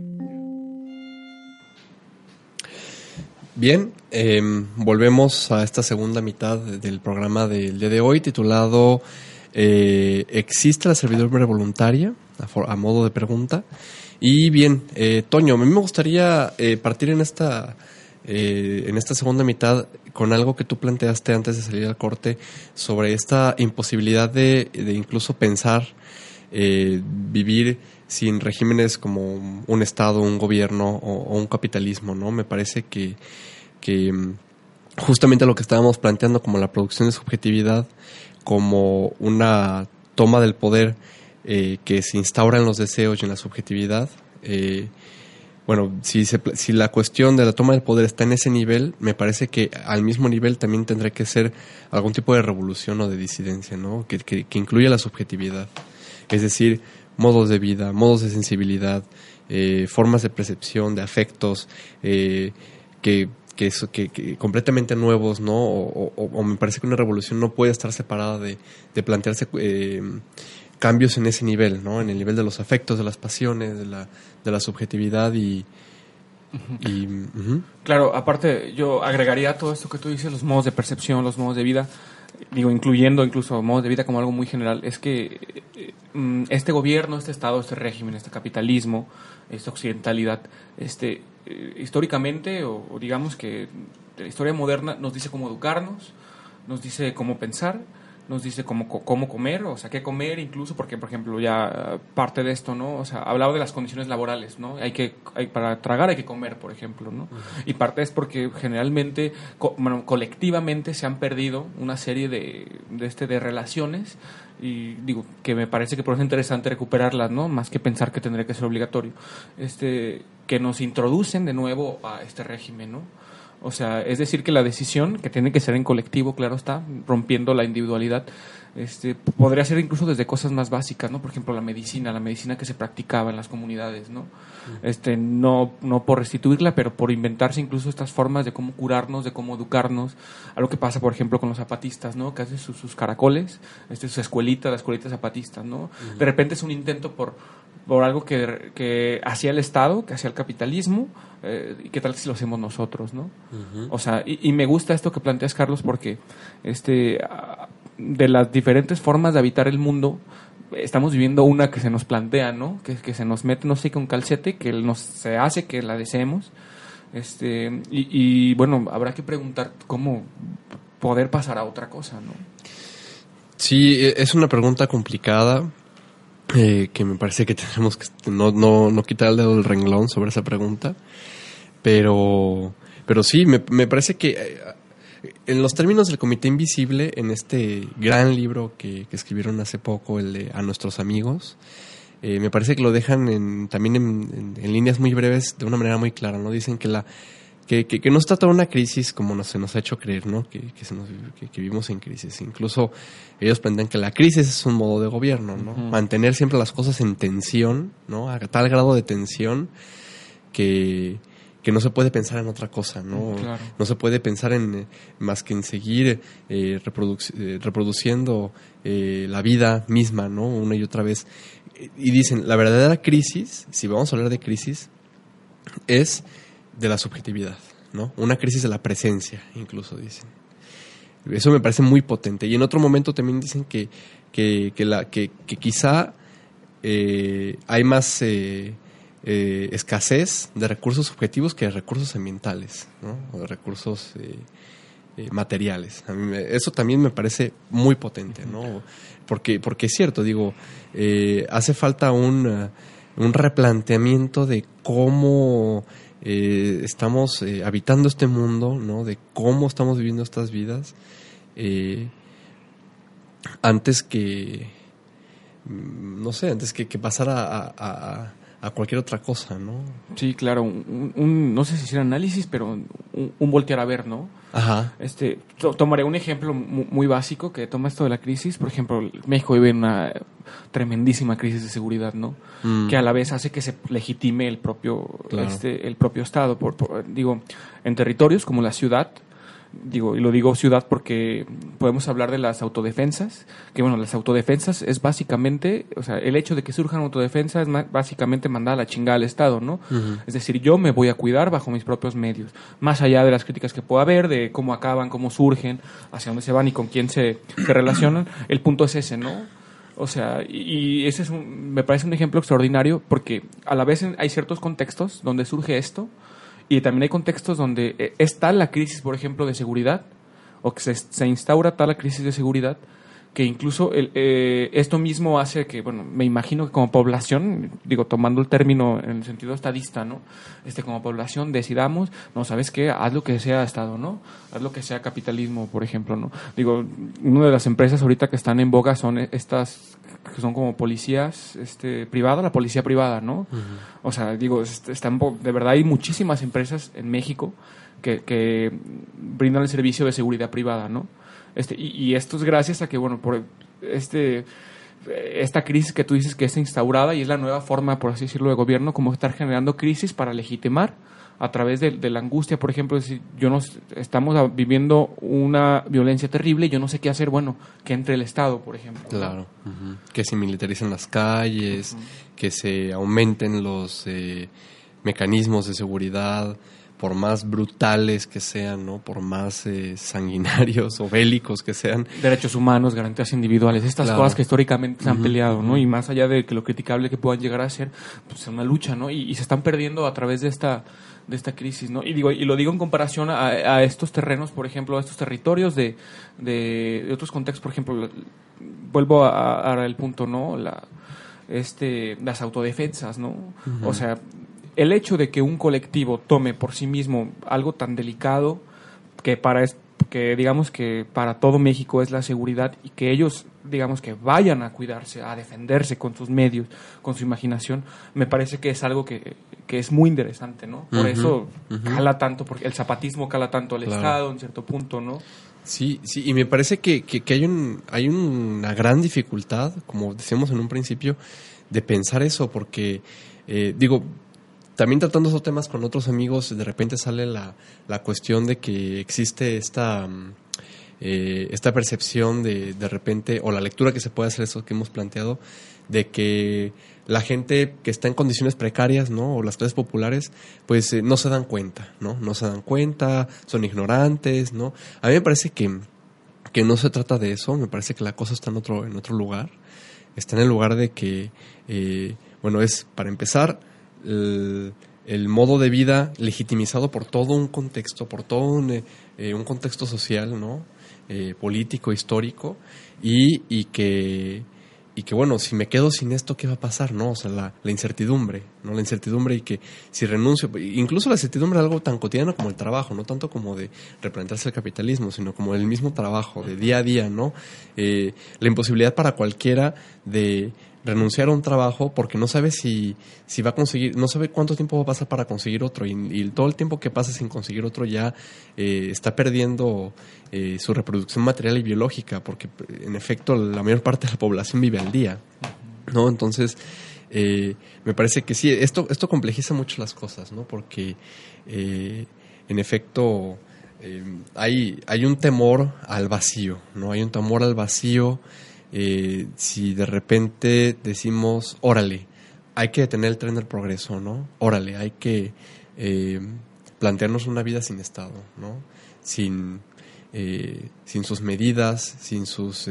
Bien, volvemos a esta segunda mitad del programa del día de hoy, titulado ¿existe la servidumbre voluntaria? A modo de pregunta. Y bien, Toño, a mí me gustaría partir en esta segunda mitad con algo que tú planteaste antes de salir al corte sobre esta imposibilidad de incluso pensar vivir sin regímenes como un Estado, un gobierno o un capitalismo, ¿no? Me parece que justamente lo que estábamos planteando como la producción de subjetividad, como una toma del poder que se instaura en los deseos y en la subjetividad, bueno, si la cuestión de la toma del poder está en ese nivel, me parece que al mismo nivel también tendrá que ser algún tipo de revolución o de disidencia, ¿no? Que incluya la subjetividad. Es decir, modos de vida, modos de sensibilidad, formas de percepción, de afectos, que completamente nuevos, ¿no? O me parece que una revolución no puede estar separada de plantearse cambios en ese nivel, ¿no? En el nivel de los afectos, de las pasiones, de la subjetividad y Claro, aparte yo agregaría a todo esto que tú dices, los modos de percepción, los modos de vida, digo, incluyendo incluso modos de vida como algo muy general, es que este gobierno, este Estado, este régimen, este capitalismo, esta occidentalidad, históricamente, o digamos que de la historia moderna, nos dice cómo educarnos, nos dice cómo pensar, nos dice cómo comer, o sea, qué comer incluso, porque, por ejemplo, ya parte de esto, ¿no? O sea, hablaba de las condiciones laborales, ¿no? Para tragar hay que comer, por ejemplo, ¿no? Uh-huh. Y parte es porque generalmente, colectivamente se han perdido una serie de relaciones, y digo, que me parece que por eso es interesante recuperarlas, ¿no? Más que pensar que tendría que ser obligatorio, que nos introducen de nuevo a este régimen, ¿no? O sea, es decir que la decisión, que tiene que ser en colectivo, claro está, rompiendo la individualidad, podría ser incluso desde cosas más básicas, ¿no? Por ejemplo, la medicina que se practicaba en las comunidades, ¿no? No por restituirla, pero por inventarse incluso estas formas de cómo curarnos, de cómo educarnos. Algo que pasa, por ejemplo, con los zapatistas, ¿no? Que hacen sus caracoles, su escuelita, la escuelita zapatistas, ¿no? Uh-huh. De repente es un intento por algo que hacía el Estado, que hacía el capitalismo, y qué tal si lo hacemos nosotros, ¿no? Uh-huh. O sea, y me gusta esto que planteas, Carlos, porque de las diferentes formas de habitar el mundo, estamos viviendo una que se nos plantea, ¿no? Que se nos mete, no sé, con calcete, que se hace que la deseemos. Y bueno, habrá que preguntar cómo poder pasar a otra cosa, ¿no? Sí, es una pregunta complicada. Que me parece que tenemos que no quitar el dedo del renglón sobre esa pregunta, pero sí, me parece que en los términos del Comité Invisible, en este gran libro que escribieron hace poco, el de A Nuestros Amigos, me parece que lo dejan también en líneas muy breves, de una manera muy clara, ¿no? Dicen que no se trata de una crisis como se nos ha hecho creer, ¿no? Que vivimos en crisis. Incluso ellos plantean que la crisis es un modo de gobierno, ¿no? Uh-huh. Mantener siempre las cosas en tensión, ¿no? A tal grado de tensión que no se puede pensar en otra cosa, ¿no? Claro. No se puede pensar más que en seguir reproduciendo la vida misma, ¿no? Una y otra vez. Y dicen, la verdadera crisis, si vamos a hablar de crisis, es de la subjetividad, ¿no? Una crisis de la presencia, incluso dicen. Eso me parece muy potente. Y en otro momento también dicen que quizá hay más escasez de recursos subjetivos que de recursos ambientales, ¿no? O de recursos materiales. A mí eso también me parece muy potente, ¿no? Porque es cierto, digo, hace falta un replanteamiento de cómo estamos habitando este mundo, ¿no? De cómo estamos viviendo estas vidas, antes que pasar a cualquier otra cosa, ¿no? Sí, claro, no sé si hiciera análisis, pero un voltear a ver, ¿no? Ajá. Tomaré un ejemplo muy básico que toma esto de la crisis. Por ejemplo, México vive una tremendísima crisis de seguridad, ¿no? Que a la vez hace que se legitime el propio, claro, el propio Estado. Digo, en territorios como la ciudad, Digo, y lo digo ciudad porque podemos hablar de las autodefensas, que bueno, las autodefensas es básicamente, o sea, el hecho de que surjan autodefensas es básicamente mandar a la chingada al Estado, ¿no? Es decir, yo me voy a cuidar bajo mis propios medios, más allá de las críticas que pueda haber, de cómo acaban, cómo surgen, hacia dónde se van y con quién se relacionan, el punto es ese, ¿no? O sea, y ese me parece un ejemplo extraordinario porque a la vez hay ciertos contextos donde surge esto. Y también hay contextos donde es tal la crisis, por ejemplo, de seguridad, o que se instaura tal la crisis de seguridad, que incluso esto mismo hace que, bueno, me imagino que como población, digo, tomando el término en el sentido estadista, ¿no? Como población decidamos, no, ¿sabes qué? Haz lo que sea Estado, ¿no? Haz lo que sea capitalismo, por ejemplo, ¿no? Digo, una de las empresas ahorita que están en boga son estas que son como policías privada, la policía privada, ¿no? O sea, digo, de verdad hay muchísimas empresas en México que brindan el servicio de seguridad privada, ¿no? Y esto es gracias a que, bueno, por esta crisis que tú dices que es instaurada y es la nueva forma, por así decirlo, de gobierno, como estar generando crisis para legitimar a través de la angustia, por ejemplo, es decir, estamos viviendo una violencia terrible y yo no sé qué hacer, bueno, que entre el Estado, por ejemplo. Claro, que se militaricen las calles, que se aumenten los mecanismos de seguridad, por más brutales que sean, ¿no? Por más sanguinarios o bélicos que sean. Derechos humanos, garantías individuales, estas cosas que históricamente se han peleado, ¿no? Y más allá de que lo criticable que puedan llegar a ser, pues es una lucha, ¿no? Y se están perdiendo a través de esta crisis, ¿no? Y lo digo en comparación a estos terrenos, por ejemplo, a estos territorios de otros contextos, por ejemplo, vuelvo a el punto, ¿no? Las autodefensas, ¿no? O sea, el hecho de que un colectivo tome por sí mismo algo tan delicado que digamos que para todo México es la seguridad y que ellos digamos que vayan a cuidarse, a defenderse con sus medios, con su imaginación, me parece que es algo que es muy interesante, ¿no? Por eso cala tanto, porque el zapatismo cala tanto al Estado en cierto punto, ¿no? Sí, y me parece que hay una gran dificultad, como decíamos en un principio, de pensar eso, porque también tratando esos temas con otros amigos, de repente sale la cuestión de que existe esta percepción de repente, o la lectura que se puede hacer, eso que hemos planteado, de que la gente que está en condiciones precarias, ¿no? O las clases populares, pues no se dan cuenta, ¿no? No se dan cuenta, son ignorantes, ¿no? A mí me parece que no se trata de eso, me parece que la cosa está en otro lugar. Está en el lugar de que, es, para empezar, el modo de vida legitimizado por todo un contexto, por todo un contexto social, ¿no? Político, histórico, y que bueno, si me quedo sin esto, ¿qué va a pasar? ¿No? O sea, la incertidumbre, ¿no? La incertidumbre, y que si renuncio, incluso la incertidumbre es algo tan cotidiano como el trabajo, no tanto como de replantearse el capitalismo, sino como el mismo trabajo, de día a día, ¿no? La imposibilidad para cualquiera de renunciar a un trabajo porque no sabe si va a conseguir, no sabe cuánto tiempo va a pasar para conseguir otro, y todo el tiempo que pasa sin conseguir otro ya está perdiendo su reproducción material y biológica, porque en efecto la mayor parte de la población vive al día, ¿no? Entonces me parece que sí, esto complejiza mucho las cosas, ¿no? Porque en efecto hay un temor al vacío, ¿no? Hay un temor al vacío. Si de repente decimos, órale, hay que detener el tren del progreso, ¿no? Órale, hay que plantearnos una vida sin Estado, ¿no? Sin sus medidas, sin sus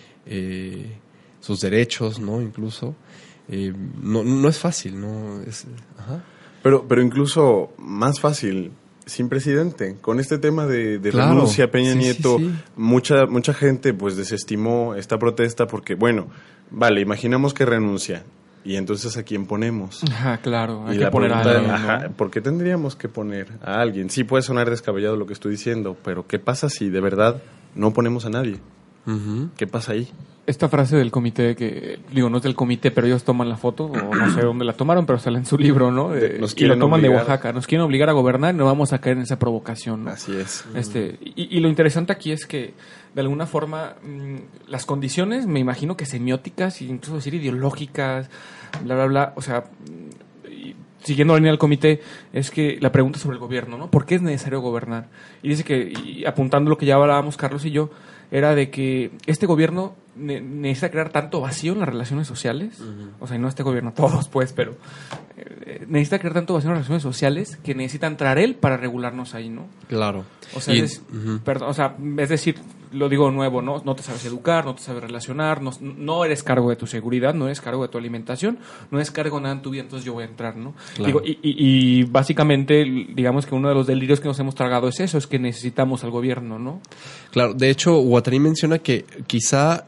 derechos, ¿no? Incluso no es fácil, ¿no? Pero incluso más fácil, sin presidente. Con este tema de claro, renuncia a Peña Nieto, sí. Mucha gente pues desestimó esta protesta porque, bueno, vale, imaginamos que renuncia. Y entonces, ¿a quién ponemos? Ajá, claro, hay y que poner a alguien, ¿no? ¿Por qué tendríamos que poner a alguien? Sí, puede sonar descabellado lo que estoy diciendo, pero ¿qué pasa si de verdad no ponemos a nadie? Uh-huh. ¿Qué pasa ahí? Esta frase del comité, que digo, no es del comité, pero ellos toman la foto, o no sé dónde la tomaron, pero sale en su libro, ¿no? Y lo toman de Oaxaca. Nos quieren obligar a gobernar y no vamos a caer en esa provocación, ¿no? Así es. Y lo interesante aquí es que, de alguna forma, las condiciones, me imagino que semióticas, incluso decir ideológicas, bla, bla, bla, o sea, siguiendo la línea del comité, es que la pregunta sobre el gobierno, ¿no? ¿Por qué es necesario gobernar? Y dice que, y apuntando lo que ya hablábamos Carlos y yo, era de que este gobierno necesita crear tanto vacío en las relaciones sociales, o sea, y no este gobierno, todos pues, pero necesita crear tanto vacío en las relaciones sociales que necesita entrar él para regularnos ahí, ¿no? Claro. O sea, es decir, lo digo nuevo, ¿no? No te sabes educar, no te sabes relacionar, no eres cargo de tu seguridad, no eres cargo de tu alimentación, no eres cargo de nada en tu vida, entonces yo voy a entrar, ¿no? Claro. Digo, y básicamente, digamos que uno de los delirios que nos hemos tragado es eso, es que necesitamos al gobierno, ¿no? Claro, de hecho, Guattari menciona que quizá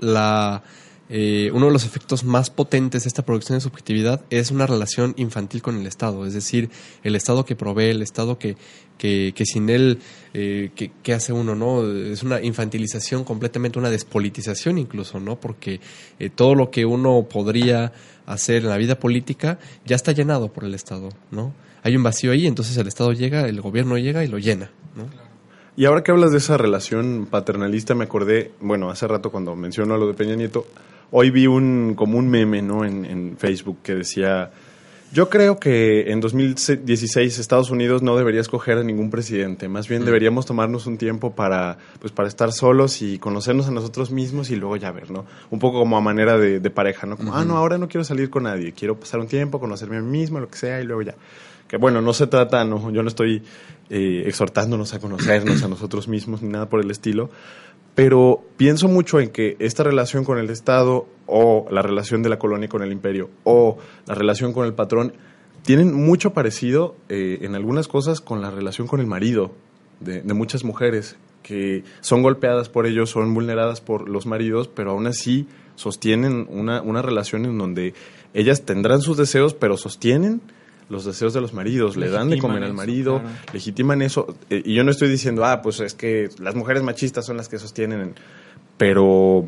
uno de los efectos más potentes de esta producción de subjetividad es una relación infantil con el Estado, es decir, el Estado que provee, el Estado que sin él, ¿qué hace uno, no? Es una infantilización completamente, una despolitización incluso, ¿no? Porque todo lo que uno podría hacer en la vida política ya está llenado por el Estado, ¿no? Hay un vacío ahí, entonces el Estado llega, el gobierno llega y lo llena, ¿no? Y ahora que hablas de esa relación paternalista, me acordé, bueno, hace rato cuando menciono lo de Peña Nieto, hoy vi como un meme, ¿no? En Facebook que decía, yo creo que en 2016 Estados Unidos no debería escoger a ningún presidente, más bien deberíamos tomarnos un tiempo para estar solos y conocernos a nosotros mismos y luego ya ver, ¿no? Un poco como a manera de pareja, ¿no? Como, no, ahora no quiero salir con nadie, quiero pasar un tiempo, conocerme a mí mismo, lo que sea, y luego ya. Que bueno, no se trata, no, yo no estoy exhortándonos a conocernos a nosotros mismos ni nada por el estilo, pero pienso mucho en que esta relación con el Estado o la relación de la colonia con el imperio o la relación con el patrón tienen mucho parecido en algunas cosas con la relación con el marido de muchas mujeres que son golpeadas por ellos, son vulneradas por los maridos, pero aún así sostienen una relación en donde ellas tendrán sus deseos, pero sostienen los deseos de los maridos, le dan de comer al marido, claro, legitiman eso. Y yo no estoy diciendo, pues es que las mujeres machistas son las que sostienen, pero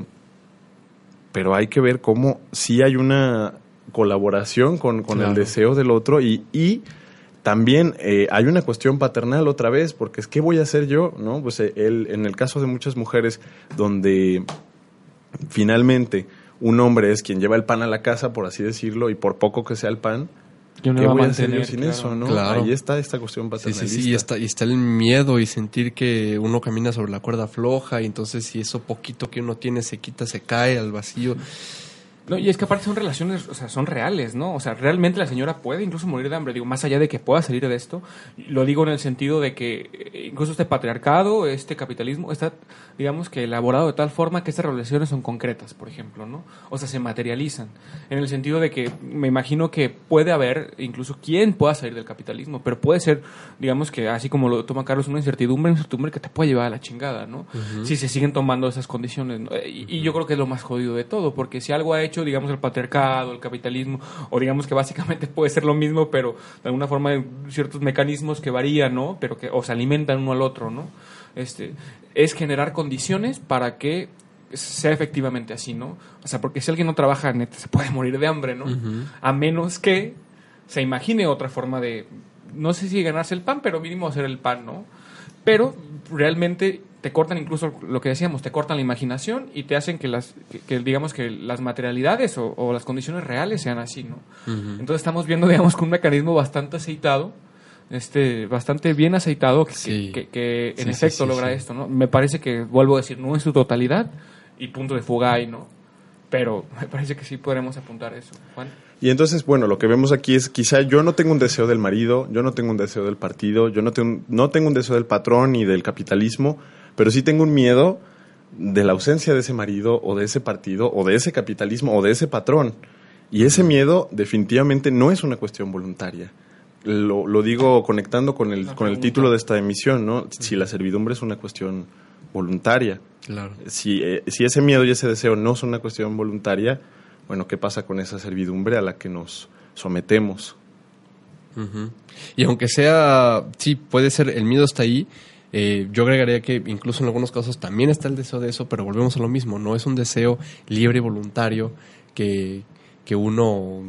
hay que ver cómo sí hay una colaboración con claro, el deseo del otro y también hay una cuestión paternal otra vez, porque es ¿qué voy a hacer yo? ¿No? Pues en el caso de muchas mujeres donde finalmente un hombre es quien lleva el pan a la casa, por así decirlo, y por poco que sea el pan, ¿qué voy a hacer yo sin claro, eso, no? Claro. Ahí está esta cuestión paternalista. Sí, y está el miedo y sentir que uno camina sobre la cuerda floja y entonces si eso poquito que uno tiene se quita, se cae al vacío. No, y es que aparte son relaciones, o sea, son reales, ¿no? O sea, realmente la señora puede incluso morir de hambre. Digo, más allá de que pueda salir de esto, lo digo en el sentido de que incluso este patriarcado, este capitalismo, está, digamos que elaborado de tal forma que estas relaciones son concretas, por ejemplo, ¿no? O sea, se materializan. En el sentido de que me imagino que puede haber incluso quien pueda salir del capitalismo, pero puede ser, digamos que así como lo toma Carlos, una incertidumbre que te puede llevar a la chingada, ¿no? Uh-huh. Si se siguen tomando esas condiciones, ¿no? Y yo creo que es lo más jodido de todo, porque si algo ha hecho, digamos, el patriarcado, el capitalismo, o digamos que básicamente puede ser lo mismo, pero de alguna forma hay ciertos mecanismos que varían, ¿no? Pero que o se alimentan uno al otro, ¿no? Es generar condiciones para que sea efectivamente así, ¿no? O sea, porque si alguien no trabaja, neta, se puede morir de hambre, ¿no? Uh-huh. A menos que se imagine otra forma de, no sé si ganarse el pan, pero mínimo hacer el pan, ¿no? Pero realmente te cortan incluso lo que decíamos, te cortan la imaginación y te hacen que digamos que las materialidades o las condiciones reales sean así, ¿no? Uh-huh. Entonces estamos viendo, digamos, con un mecanismo bastante aceitado, bastante bien aceitado que en efecto logra esto, ¿no? Me parece que, vuelvo a decir, no en su totalidad y punto de fuga hay, ¿no? Pero me parece que sí podremos apuntar a eso. Juan. Y entonces, bueno, lo que vemos aquí es quizá yo no tengo un deseo del marido, yo no tengo un deseo del partido, yo no tengo un deseo del patrón ni del capitalismo, pero sí tengo un miedo de la ausencia de ese marido o de ese partido o de ese capitalismo o de ese patrón. Y ese miedo definitivamente no es una cuestión voluntaria. Lo digo conectando con el título de esta emisión, ¿no? Si la servidumbre es una cuestión voluntaria. Claro. Si ese miedo y ese deseo no son una cuestión voluntaria, bueno, ¿qué pasa con esa servidumbre a la que nos sometemos? Uh-huh. Y aunque sea, sí, puede ser, el miedo está ahí, yo agregaría que incluso en algunos casos también está el deseo de eso, pero volvemos a lo mismo, no es un deseo libre y voluntario que uno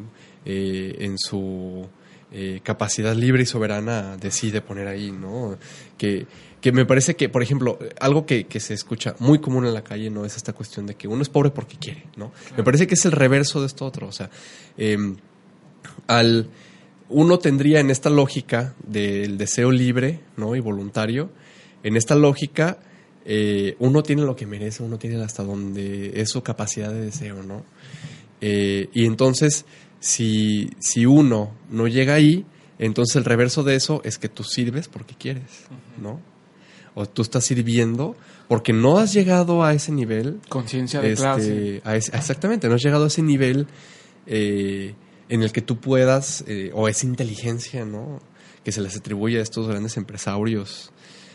en su capacidad libre y soberana decide poner ahí, ¿no? Que me parece que, por ejemplo, algo que se escucha muy común en la calle, ¿no? Es esta cuestión de que uno es pobre porque quiere, ¿no? Claro. Me parece que es el reverso de esto otro, o sea, uno tendría en esta lógica del deseo libre, ¿no? Y voluntario, en esta lógica uno tiene lo que merece, uno tiene hasta donde es su capacidad de deseo, ¿no? Y entonces, si uno no llega ahí, entonces el reverso de eso es que tú sirves porque quieres, ¿no? O tú estás sirviendo porque no has llegado a ese nivel. Conciencia de clase. Exactamente, no has llegado a ese nivel en el que tú puedas, o esa inteligencia, ¿no? Que se les atribuye a estos grandes empresarios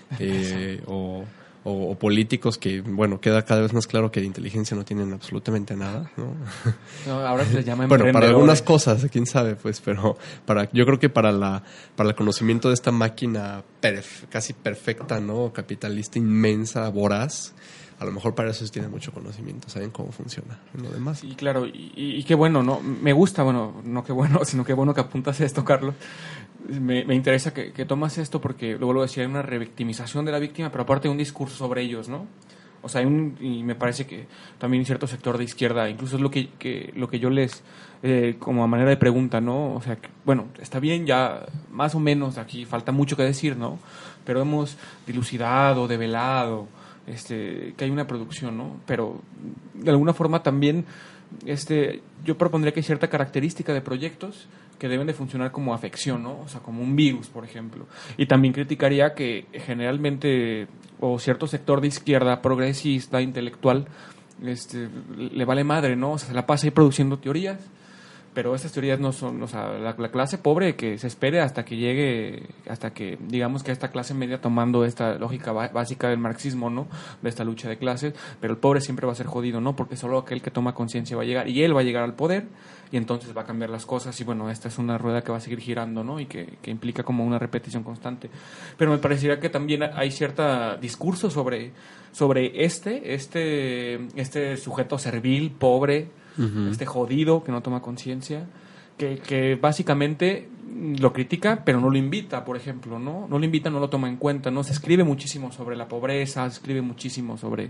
o políticos que, bueno, queda cada vez más claro que de inteligencia no tienen absolutamente nada, ¿no? No, ahora se les llama bueno, para algunas cosas, quién sabe, pues, pero yo creo que para el conocimiento de esta máquina casi perfecta, ¿no? Capitalista inmensa, voraz, a lo mejor para eso sí tienen mucho conocimiento, saben cómo funciona en lo demás. Sí, claro, y qué bueno, ¿no? Me gusta, bueno, no qué bueno, sino qué bueno que apuntas a esto, Carlos. Me interesa que tomas esto porque, lo vuelvo a decir, hay una revictimización de la víctima, pero aparte un discurso sobre ellos, ¿no? O sea, y me parece que también cierto sector de izquierda, incluso es lo que yo les, como a manera de pregunta, ¿no? O sea, bueno, está bien, ya más o menos aquí falta mucho que decir, ¿no? Pero hemos dilucidado, develado, que hay una producción, ¿no? Pero de alguna forma también yo propondría que hay cierta característica de proyectos que deben de funcionar como afección, ¿no? O sea, como un virus, por ejemplo. Y también criticaría que generalmente, o cierto sector de izquierda progresista, intelectual, le vale madre, ¿no? O sea, se la pasa ahí produciendo teorías, pero estas teorías no son, o sea, la clase pobre que se espere hasta que llegue, hasta que, digamos que esta clase media tomando esta lógica básica del marxismo, ¿no? De esta lucha de clases, pero el pobre siempre va a ser jodido, ¿no? Porque solo aquel que toma conciencia va a llegar, y él va a llegar al poder, y entonces va a cambiar las cosas, y bueno, esta es una rueda que va a seguir girando, ¿no? Y que implica como una repetición constante. Pero me parecería que también hay cierto discurso sobre este sujeto servil, pobre, jodido, que no toma conciencia, que básicamente lo critica, pero no lo invita, por ejemplo, ¿no? No lo invita, no lo toma en cuenta, ¿no? Se escribe muchísimo sobre la pobreza, se escribe muchísimo sobre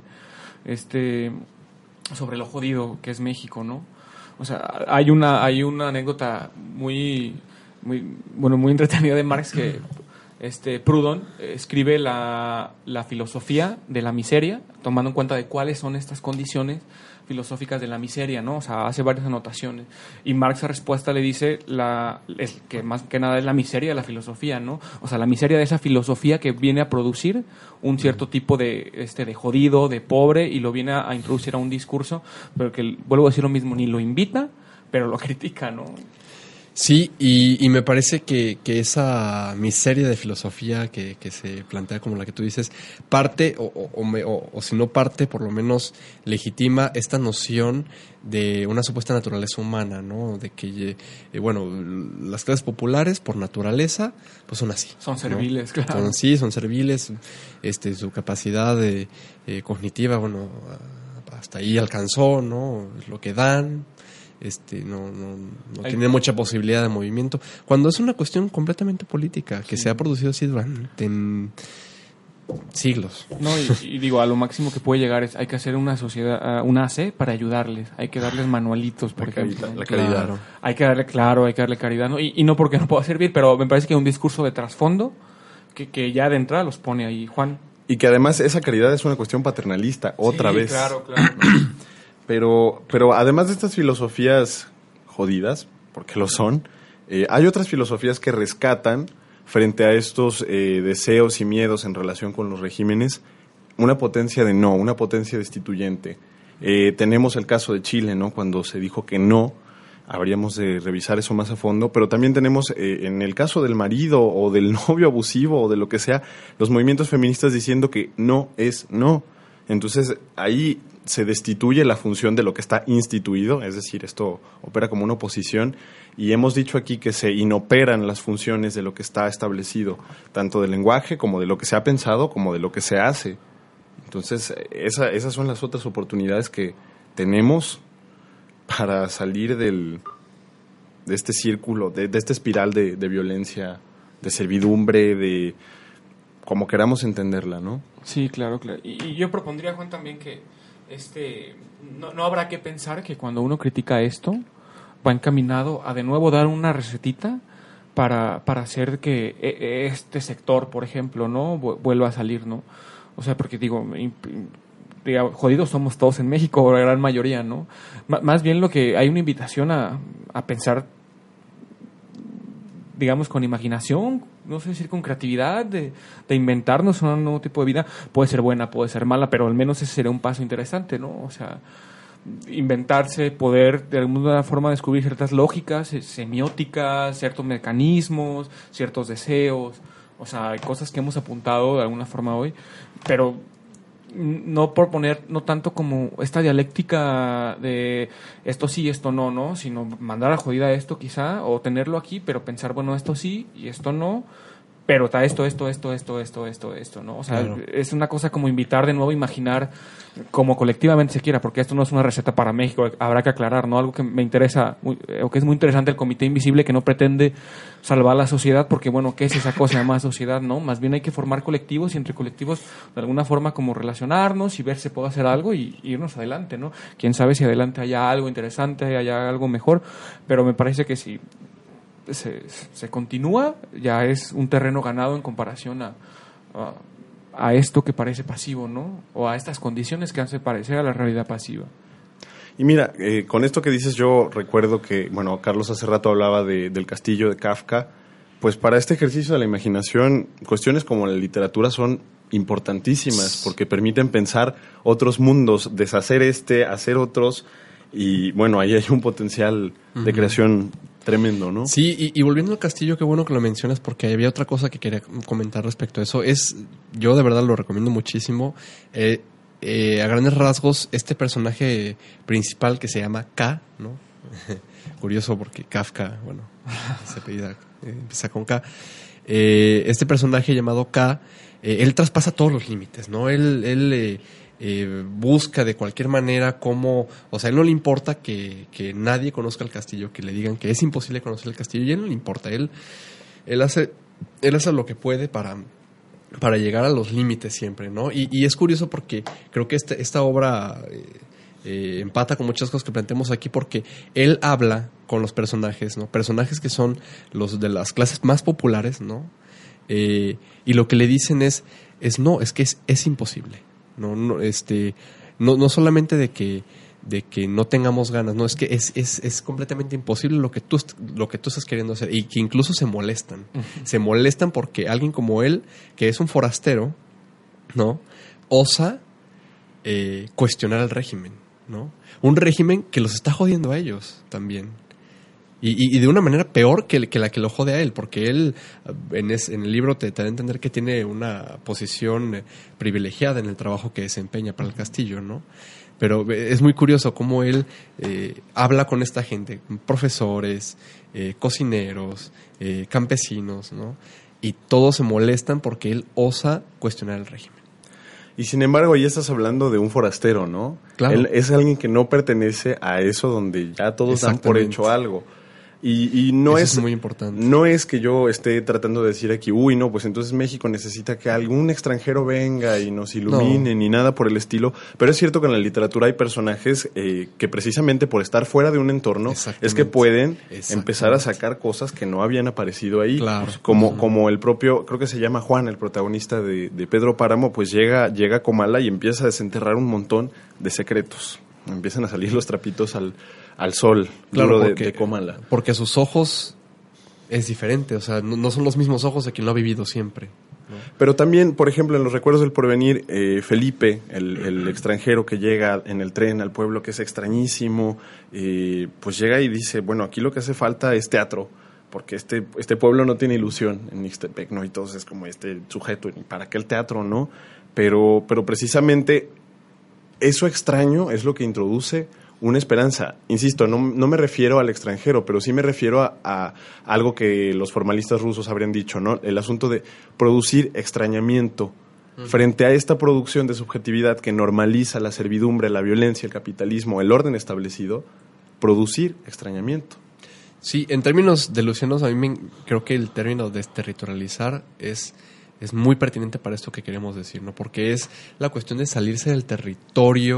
lo jodido que es México, ¿no? O sea, hay una anécdota muy entretenida de Marx que Proudhon escribe la filosofía de la miseria, tomando en cuenta de cuáles son estas condiciones filosóficas de la miseria, ¿no? O sea, hace varias anotaciones. Y Marx a respuesta le dice que más que nada es la miseria de la filosofía, ¿no? O sea, la miseria de esa filosofía que viene a producir un cierto tipo de jodido, de pobre, y lo viene a introducir a un discurso, pero que, vuelvo a decir lo mismo, ni lo invita, pero lo critica, ¿no? Sí, y me parece que esa miseria de filosofía que se plantea como la que tú dices, parte, o si no parte, por lo menos legitima esta noción de una supuesta naturaleza humana, ¿no? De que, las clases populares, por naturaleza, pues son así. Son serviles, ¿no? Claro. Son serviles, su capacidad cognitiva, hasta ahí alcanzó, ¿no? Es lo que dan. No tiene mucha posibilidad de movimiento, cuando es una cuestión completamente política que se ha producido así durante siglos. No, y digo, a lo máximo que puede llegar es hay que hacer una sociedad, una AC para ayudarles, hay que darles manualitos, por ejemplo. La caridad. Claro. Hay que darle caridad, ¿no? Y no porque no pueda servir, pero me parece que hay un discurso de trasfondo que ya de entrada los pone ahí, Juan. Y que además esa caridad es una cuestión paternalista, otra vez. Claro. Pero además de estas filosofías jodidas, porque lo son, hay otras filosofías que rescatan frente a estos deseos y miedos en relación con los regímenes una potencia de no, una potencia destituyente. Tenemos el caso de Chile, ¿no? Cuando se dijo que no, habríamos de revisar eso más a fondo, pero también tenemos en el caso del marido o del novio abusivo o de lo que sea, los movimientos feministas diciendo que no es no. Entonces ahí se destituye la función de lo que está instituido, es decir, esto opera como una oposición, y hemos dicho aquí que se inoperan las funciones de lo que está establecido, tanto del lenguaje como de lo que se ha pensado, como de lo que se hace. Entonces, esas son las otras oportunidades que tenemos para salir de este círculo, de esta espiral de violencia, de servidumbre, de como queramos entenderla, ¿no? Sí, claro. Y yo propondría, Juan, también que no habrá que pensar que cuando uno critica esto va encaminado a de nuevo dar una recetita para hacer que este sector, por ejemplo, ¿no? Vuelva a salir, ¿no? O sea, porque digo, jodidos somos todos en México, la gran mayoría, ¿no? Más bien lo que hay una invitación a pensar, digamos, con imaginación, no sé decir con creatividad, de inventarnos un nuevo tipo de vida. Puede ser buena, puede ser mala, pero al menos ese sería un paso interesante, ¿no? O sea, inventarse, poder de alguna forma descubrir ciertas lógicas, semióticas, ciertos mecanismos, ciertos deseos. O sea, hay cosas que hemos apuntado de alguna forma hoy, pero no por poner, no tanto como esta dialéctica de esto sí, esto no, ¿no? Sino mandar a jodida esto quizá, o tenerlo aquí, pero pensar, bueno, esto sí y esto no, pero está esto, ¿no? O sea, claro. Es una cosa como invitar de nuevo a imaginar como colectivamente se quiera, porque esto no es una receta para México, habrá que aclarar, ¿no? Algo que me interesa, o que es muy interesante, el Comité Invisible, que no pretende salvar la sociedad, porque, bueno, ¿qué es esa cosa llamada sociedad, no? Más bien hay que formar colectivos y entre colectivos, de alguna forma, como relacionarnos y ver si puede hacer algo y irnos adelante, ¿no? Quién sabe si adelante haya algo interesante, haya algo mejor, pero me parece que si se continúa, ya es un terreno ganado en comparación a esto que parece pasivo, ¿no? O a estas condiciones que hacen parecer a la realidad pasiva. Y mira, con esto que dices, yo recuerdo que, bueno, Carlos hace rato hablaba del castillo de Kafka. Pues para este ejercicio de la imaginación, cuestiones como la literatura son importantísimas porque permiten pensar otros mundos, deshacer hacer otros, y bueno, ahí hay un potencial de creación tremendo, ¿no? Sí, y volviendo al castillo, qué bueno que lo mencionas, porque había otra cosa que quería comentar respecto a eso. Yo de verdad lo recomiendo muchísimo. A grandes rasgos, este personaje principal que se llama K, ¿no? Curioso porque Kafka, bueno, se apellida, empieza con K. Este personaje llamado K, él traspasa todos los límites, ¿no? Él busca de cualquier manera cómo, o sea, a él no le importa que nadie conozca el castillo, que le digan que es imposible conocer el castillo, y a él no le importa, él hace lo que puede para llegar a los límites siempre, ¿no? Y es curioso porque creo que esta obra empata con muchas cosas que planteamos aquí, porque él habla con los personajes, ¿no? Personajes que son los de las clases más populares, ¿no? Y lo que le dicen es que es imposible. No solamente de que no tengamos ganas, no, es que es completamente imposible lo que tú estás queriendo hacer, y que incluso se molestan. Uh-huh. Se molestan porque alguien como él, que es un forastero, ¿no? Osa cuestionar el régimen, ¿no? Un régimen que los está jodiendo a ellos también. Y de una manera peor que la que lo jode a él, porque él en el libro te da a entender que tiene una posición privilegiada en el trabajo que desempeña para el castillo, ¿no? Pero es muy curioso cómo él habla con esta gente, profesores, cocineros, campesinos, ¿no? Y todos se molestan porque él osa cuestionar el régimen. Y sin embargo, ahí estás hablando de un forastero, ¿no? Claro. Él es alguien que no pertenece a eso donde ya todos dan por hecho algo. Y no es muy importante. No es que yo esté tratando de decir aquí, uy, no, pues entonces México necesita que algún extranjero venga y nos ilumine, ni nada por el estilo. Pero es cierto que en la literatura hay personajes que precisamente por estar fuera de un entorno es que pueden empezar a sacar cosas que no habían aparecido ahí. Claro. Como el propio, creo que se llama Juan, el protagonista de Pedro Páramo, pues llega a Comala y empieza a desenterrar un montón de secretos. Empiezan a salir los trapitos al sol, claro, duro de Comala. Porque a sus ojos es diferente, o sea, no son los mismos ojos de quien lo ha vivido siempre, ¿no? Pero también, por ejemplo, en Los Recuerdos del Porvenir, Felipe, el extranjero que llega en el tren al pueblo, que es extrañísimo, pues llega y dice, bueno, aquí lo que hace falta es teatro, porque este pueblo no tiene ilusión en Ixtepec, ¿no? Y todos es como este sujeto, ¿y para qué el teatro, no? Pero precisamente eso extraño es lo que introduce una esperanza. Insisto, no me refiero al extranjero, pero sí me refiero a algo que los formalistas rusos habrían dicho, ¿no? El asunto de producir extrañamiento frente a esta producción de subjetividad que normaliza la servidumbre, la violencia, el capitalismo, el orden establecido, producir extrañamiento. Sí, en términos de Lucianos, a mí creo que el término desterritorializar es muy pertinente para esto que queremos decir, ¿no? Porque es la cuestión de salirse del territorio,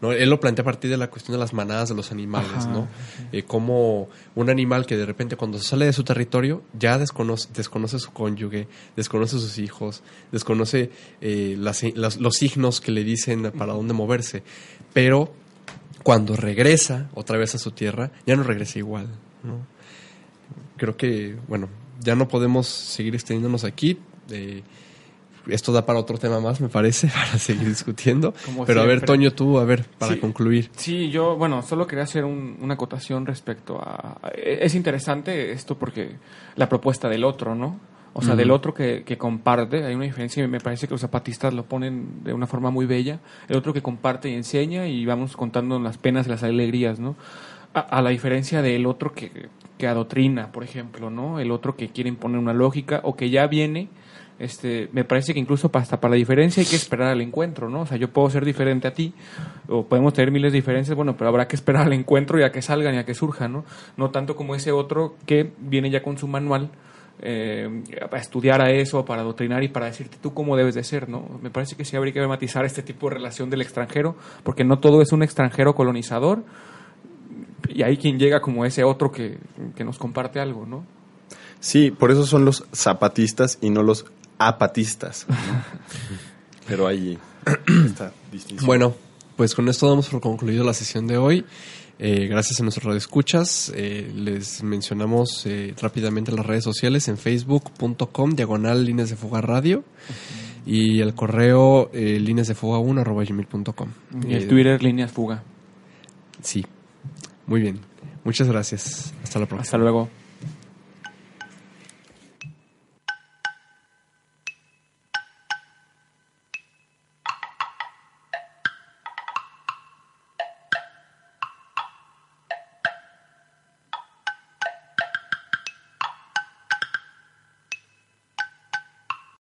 ¿no? Él lo plantea a partir de la cuestión de las manadas de los animales, ¿no? Como un animal que de repente cuando sale de su territorio ya desconoce su cónyuge, desconoce sus hijos, desconoce los signos que le dicen para dónde moverse, pero cuando regresa otra vez a su tierra ya no regresa igual, ¿no? Creo que, bueno, ya no podemos seguir extendiéndonos aquí. Esto da para otro tema más, me parece, para seguir discutiendo. Pero siempre. A ver, Toño, tú, para concluir. Sí, yo, solo quería hacer una acotación respecto a... Es interesante esto porque la propuesta del otro, ¿no? O sea, del otro que comparte, hay una diferencia y me parece que los zapatistas lo ponen de una forma muy bella. El otro que comparte y enseña y vamos contando las penas y las alegrías, ¿no? A la diferencia del otro que adoctrina, por ejemplo, ¿no? El otro que quiere imponer una lógica o que ya viene... me parece que incluso hasta para la diferencia hay que esperar al encuentro, ¿no? O sea, yo puedo ser diferente a ti, o podemos tener miles de diferencias, pero habrá que esperar al encuentro y a que salgan y a que surjan, ¿no? No tanto como ese otro que viene ya con su manual a estudiar a eso, para adoctrinar y para decirte tú cómo debes de ser, ¿no? Me parece que sí habría que matizar este tipo de relación del extranjero, porque no todo es un extranjero colonizador, y hay quien llega como ese otro que nos comparte algo, ¿no? Sí, por eso son los zapatistas y no los apatistas, ¿no? Pero ahí está distinción. Bueno, pues con esto damos por concluido la sesión de hoy. Gracias a nuestros radioescuchas. Les mencionamos rápidamente las redes sociales en facebook.com/líneas de fuga radio y el correo líneasdefuga1@gmail.com. Y el Twitter líneas fuga. Sí, muy bien. Muchas gracias. Hasta la próxima. Hasta luego.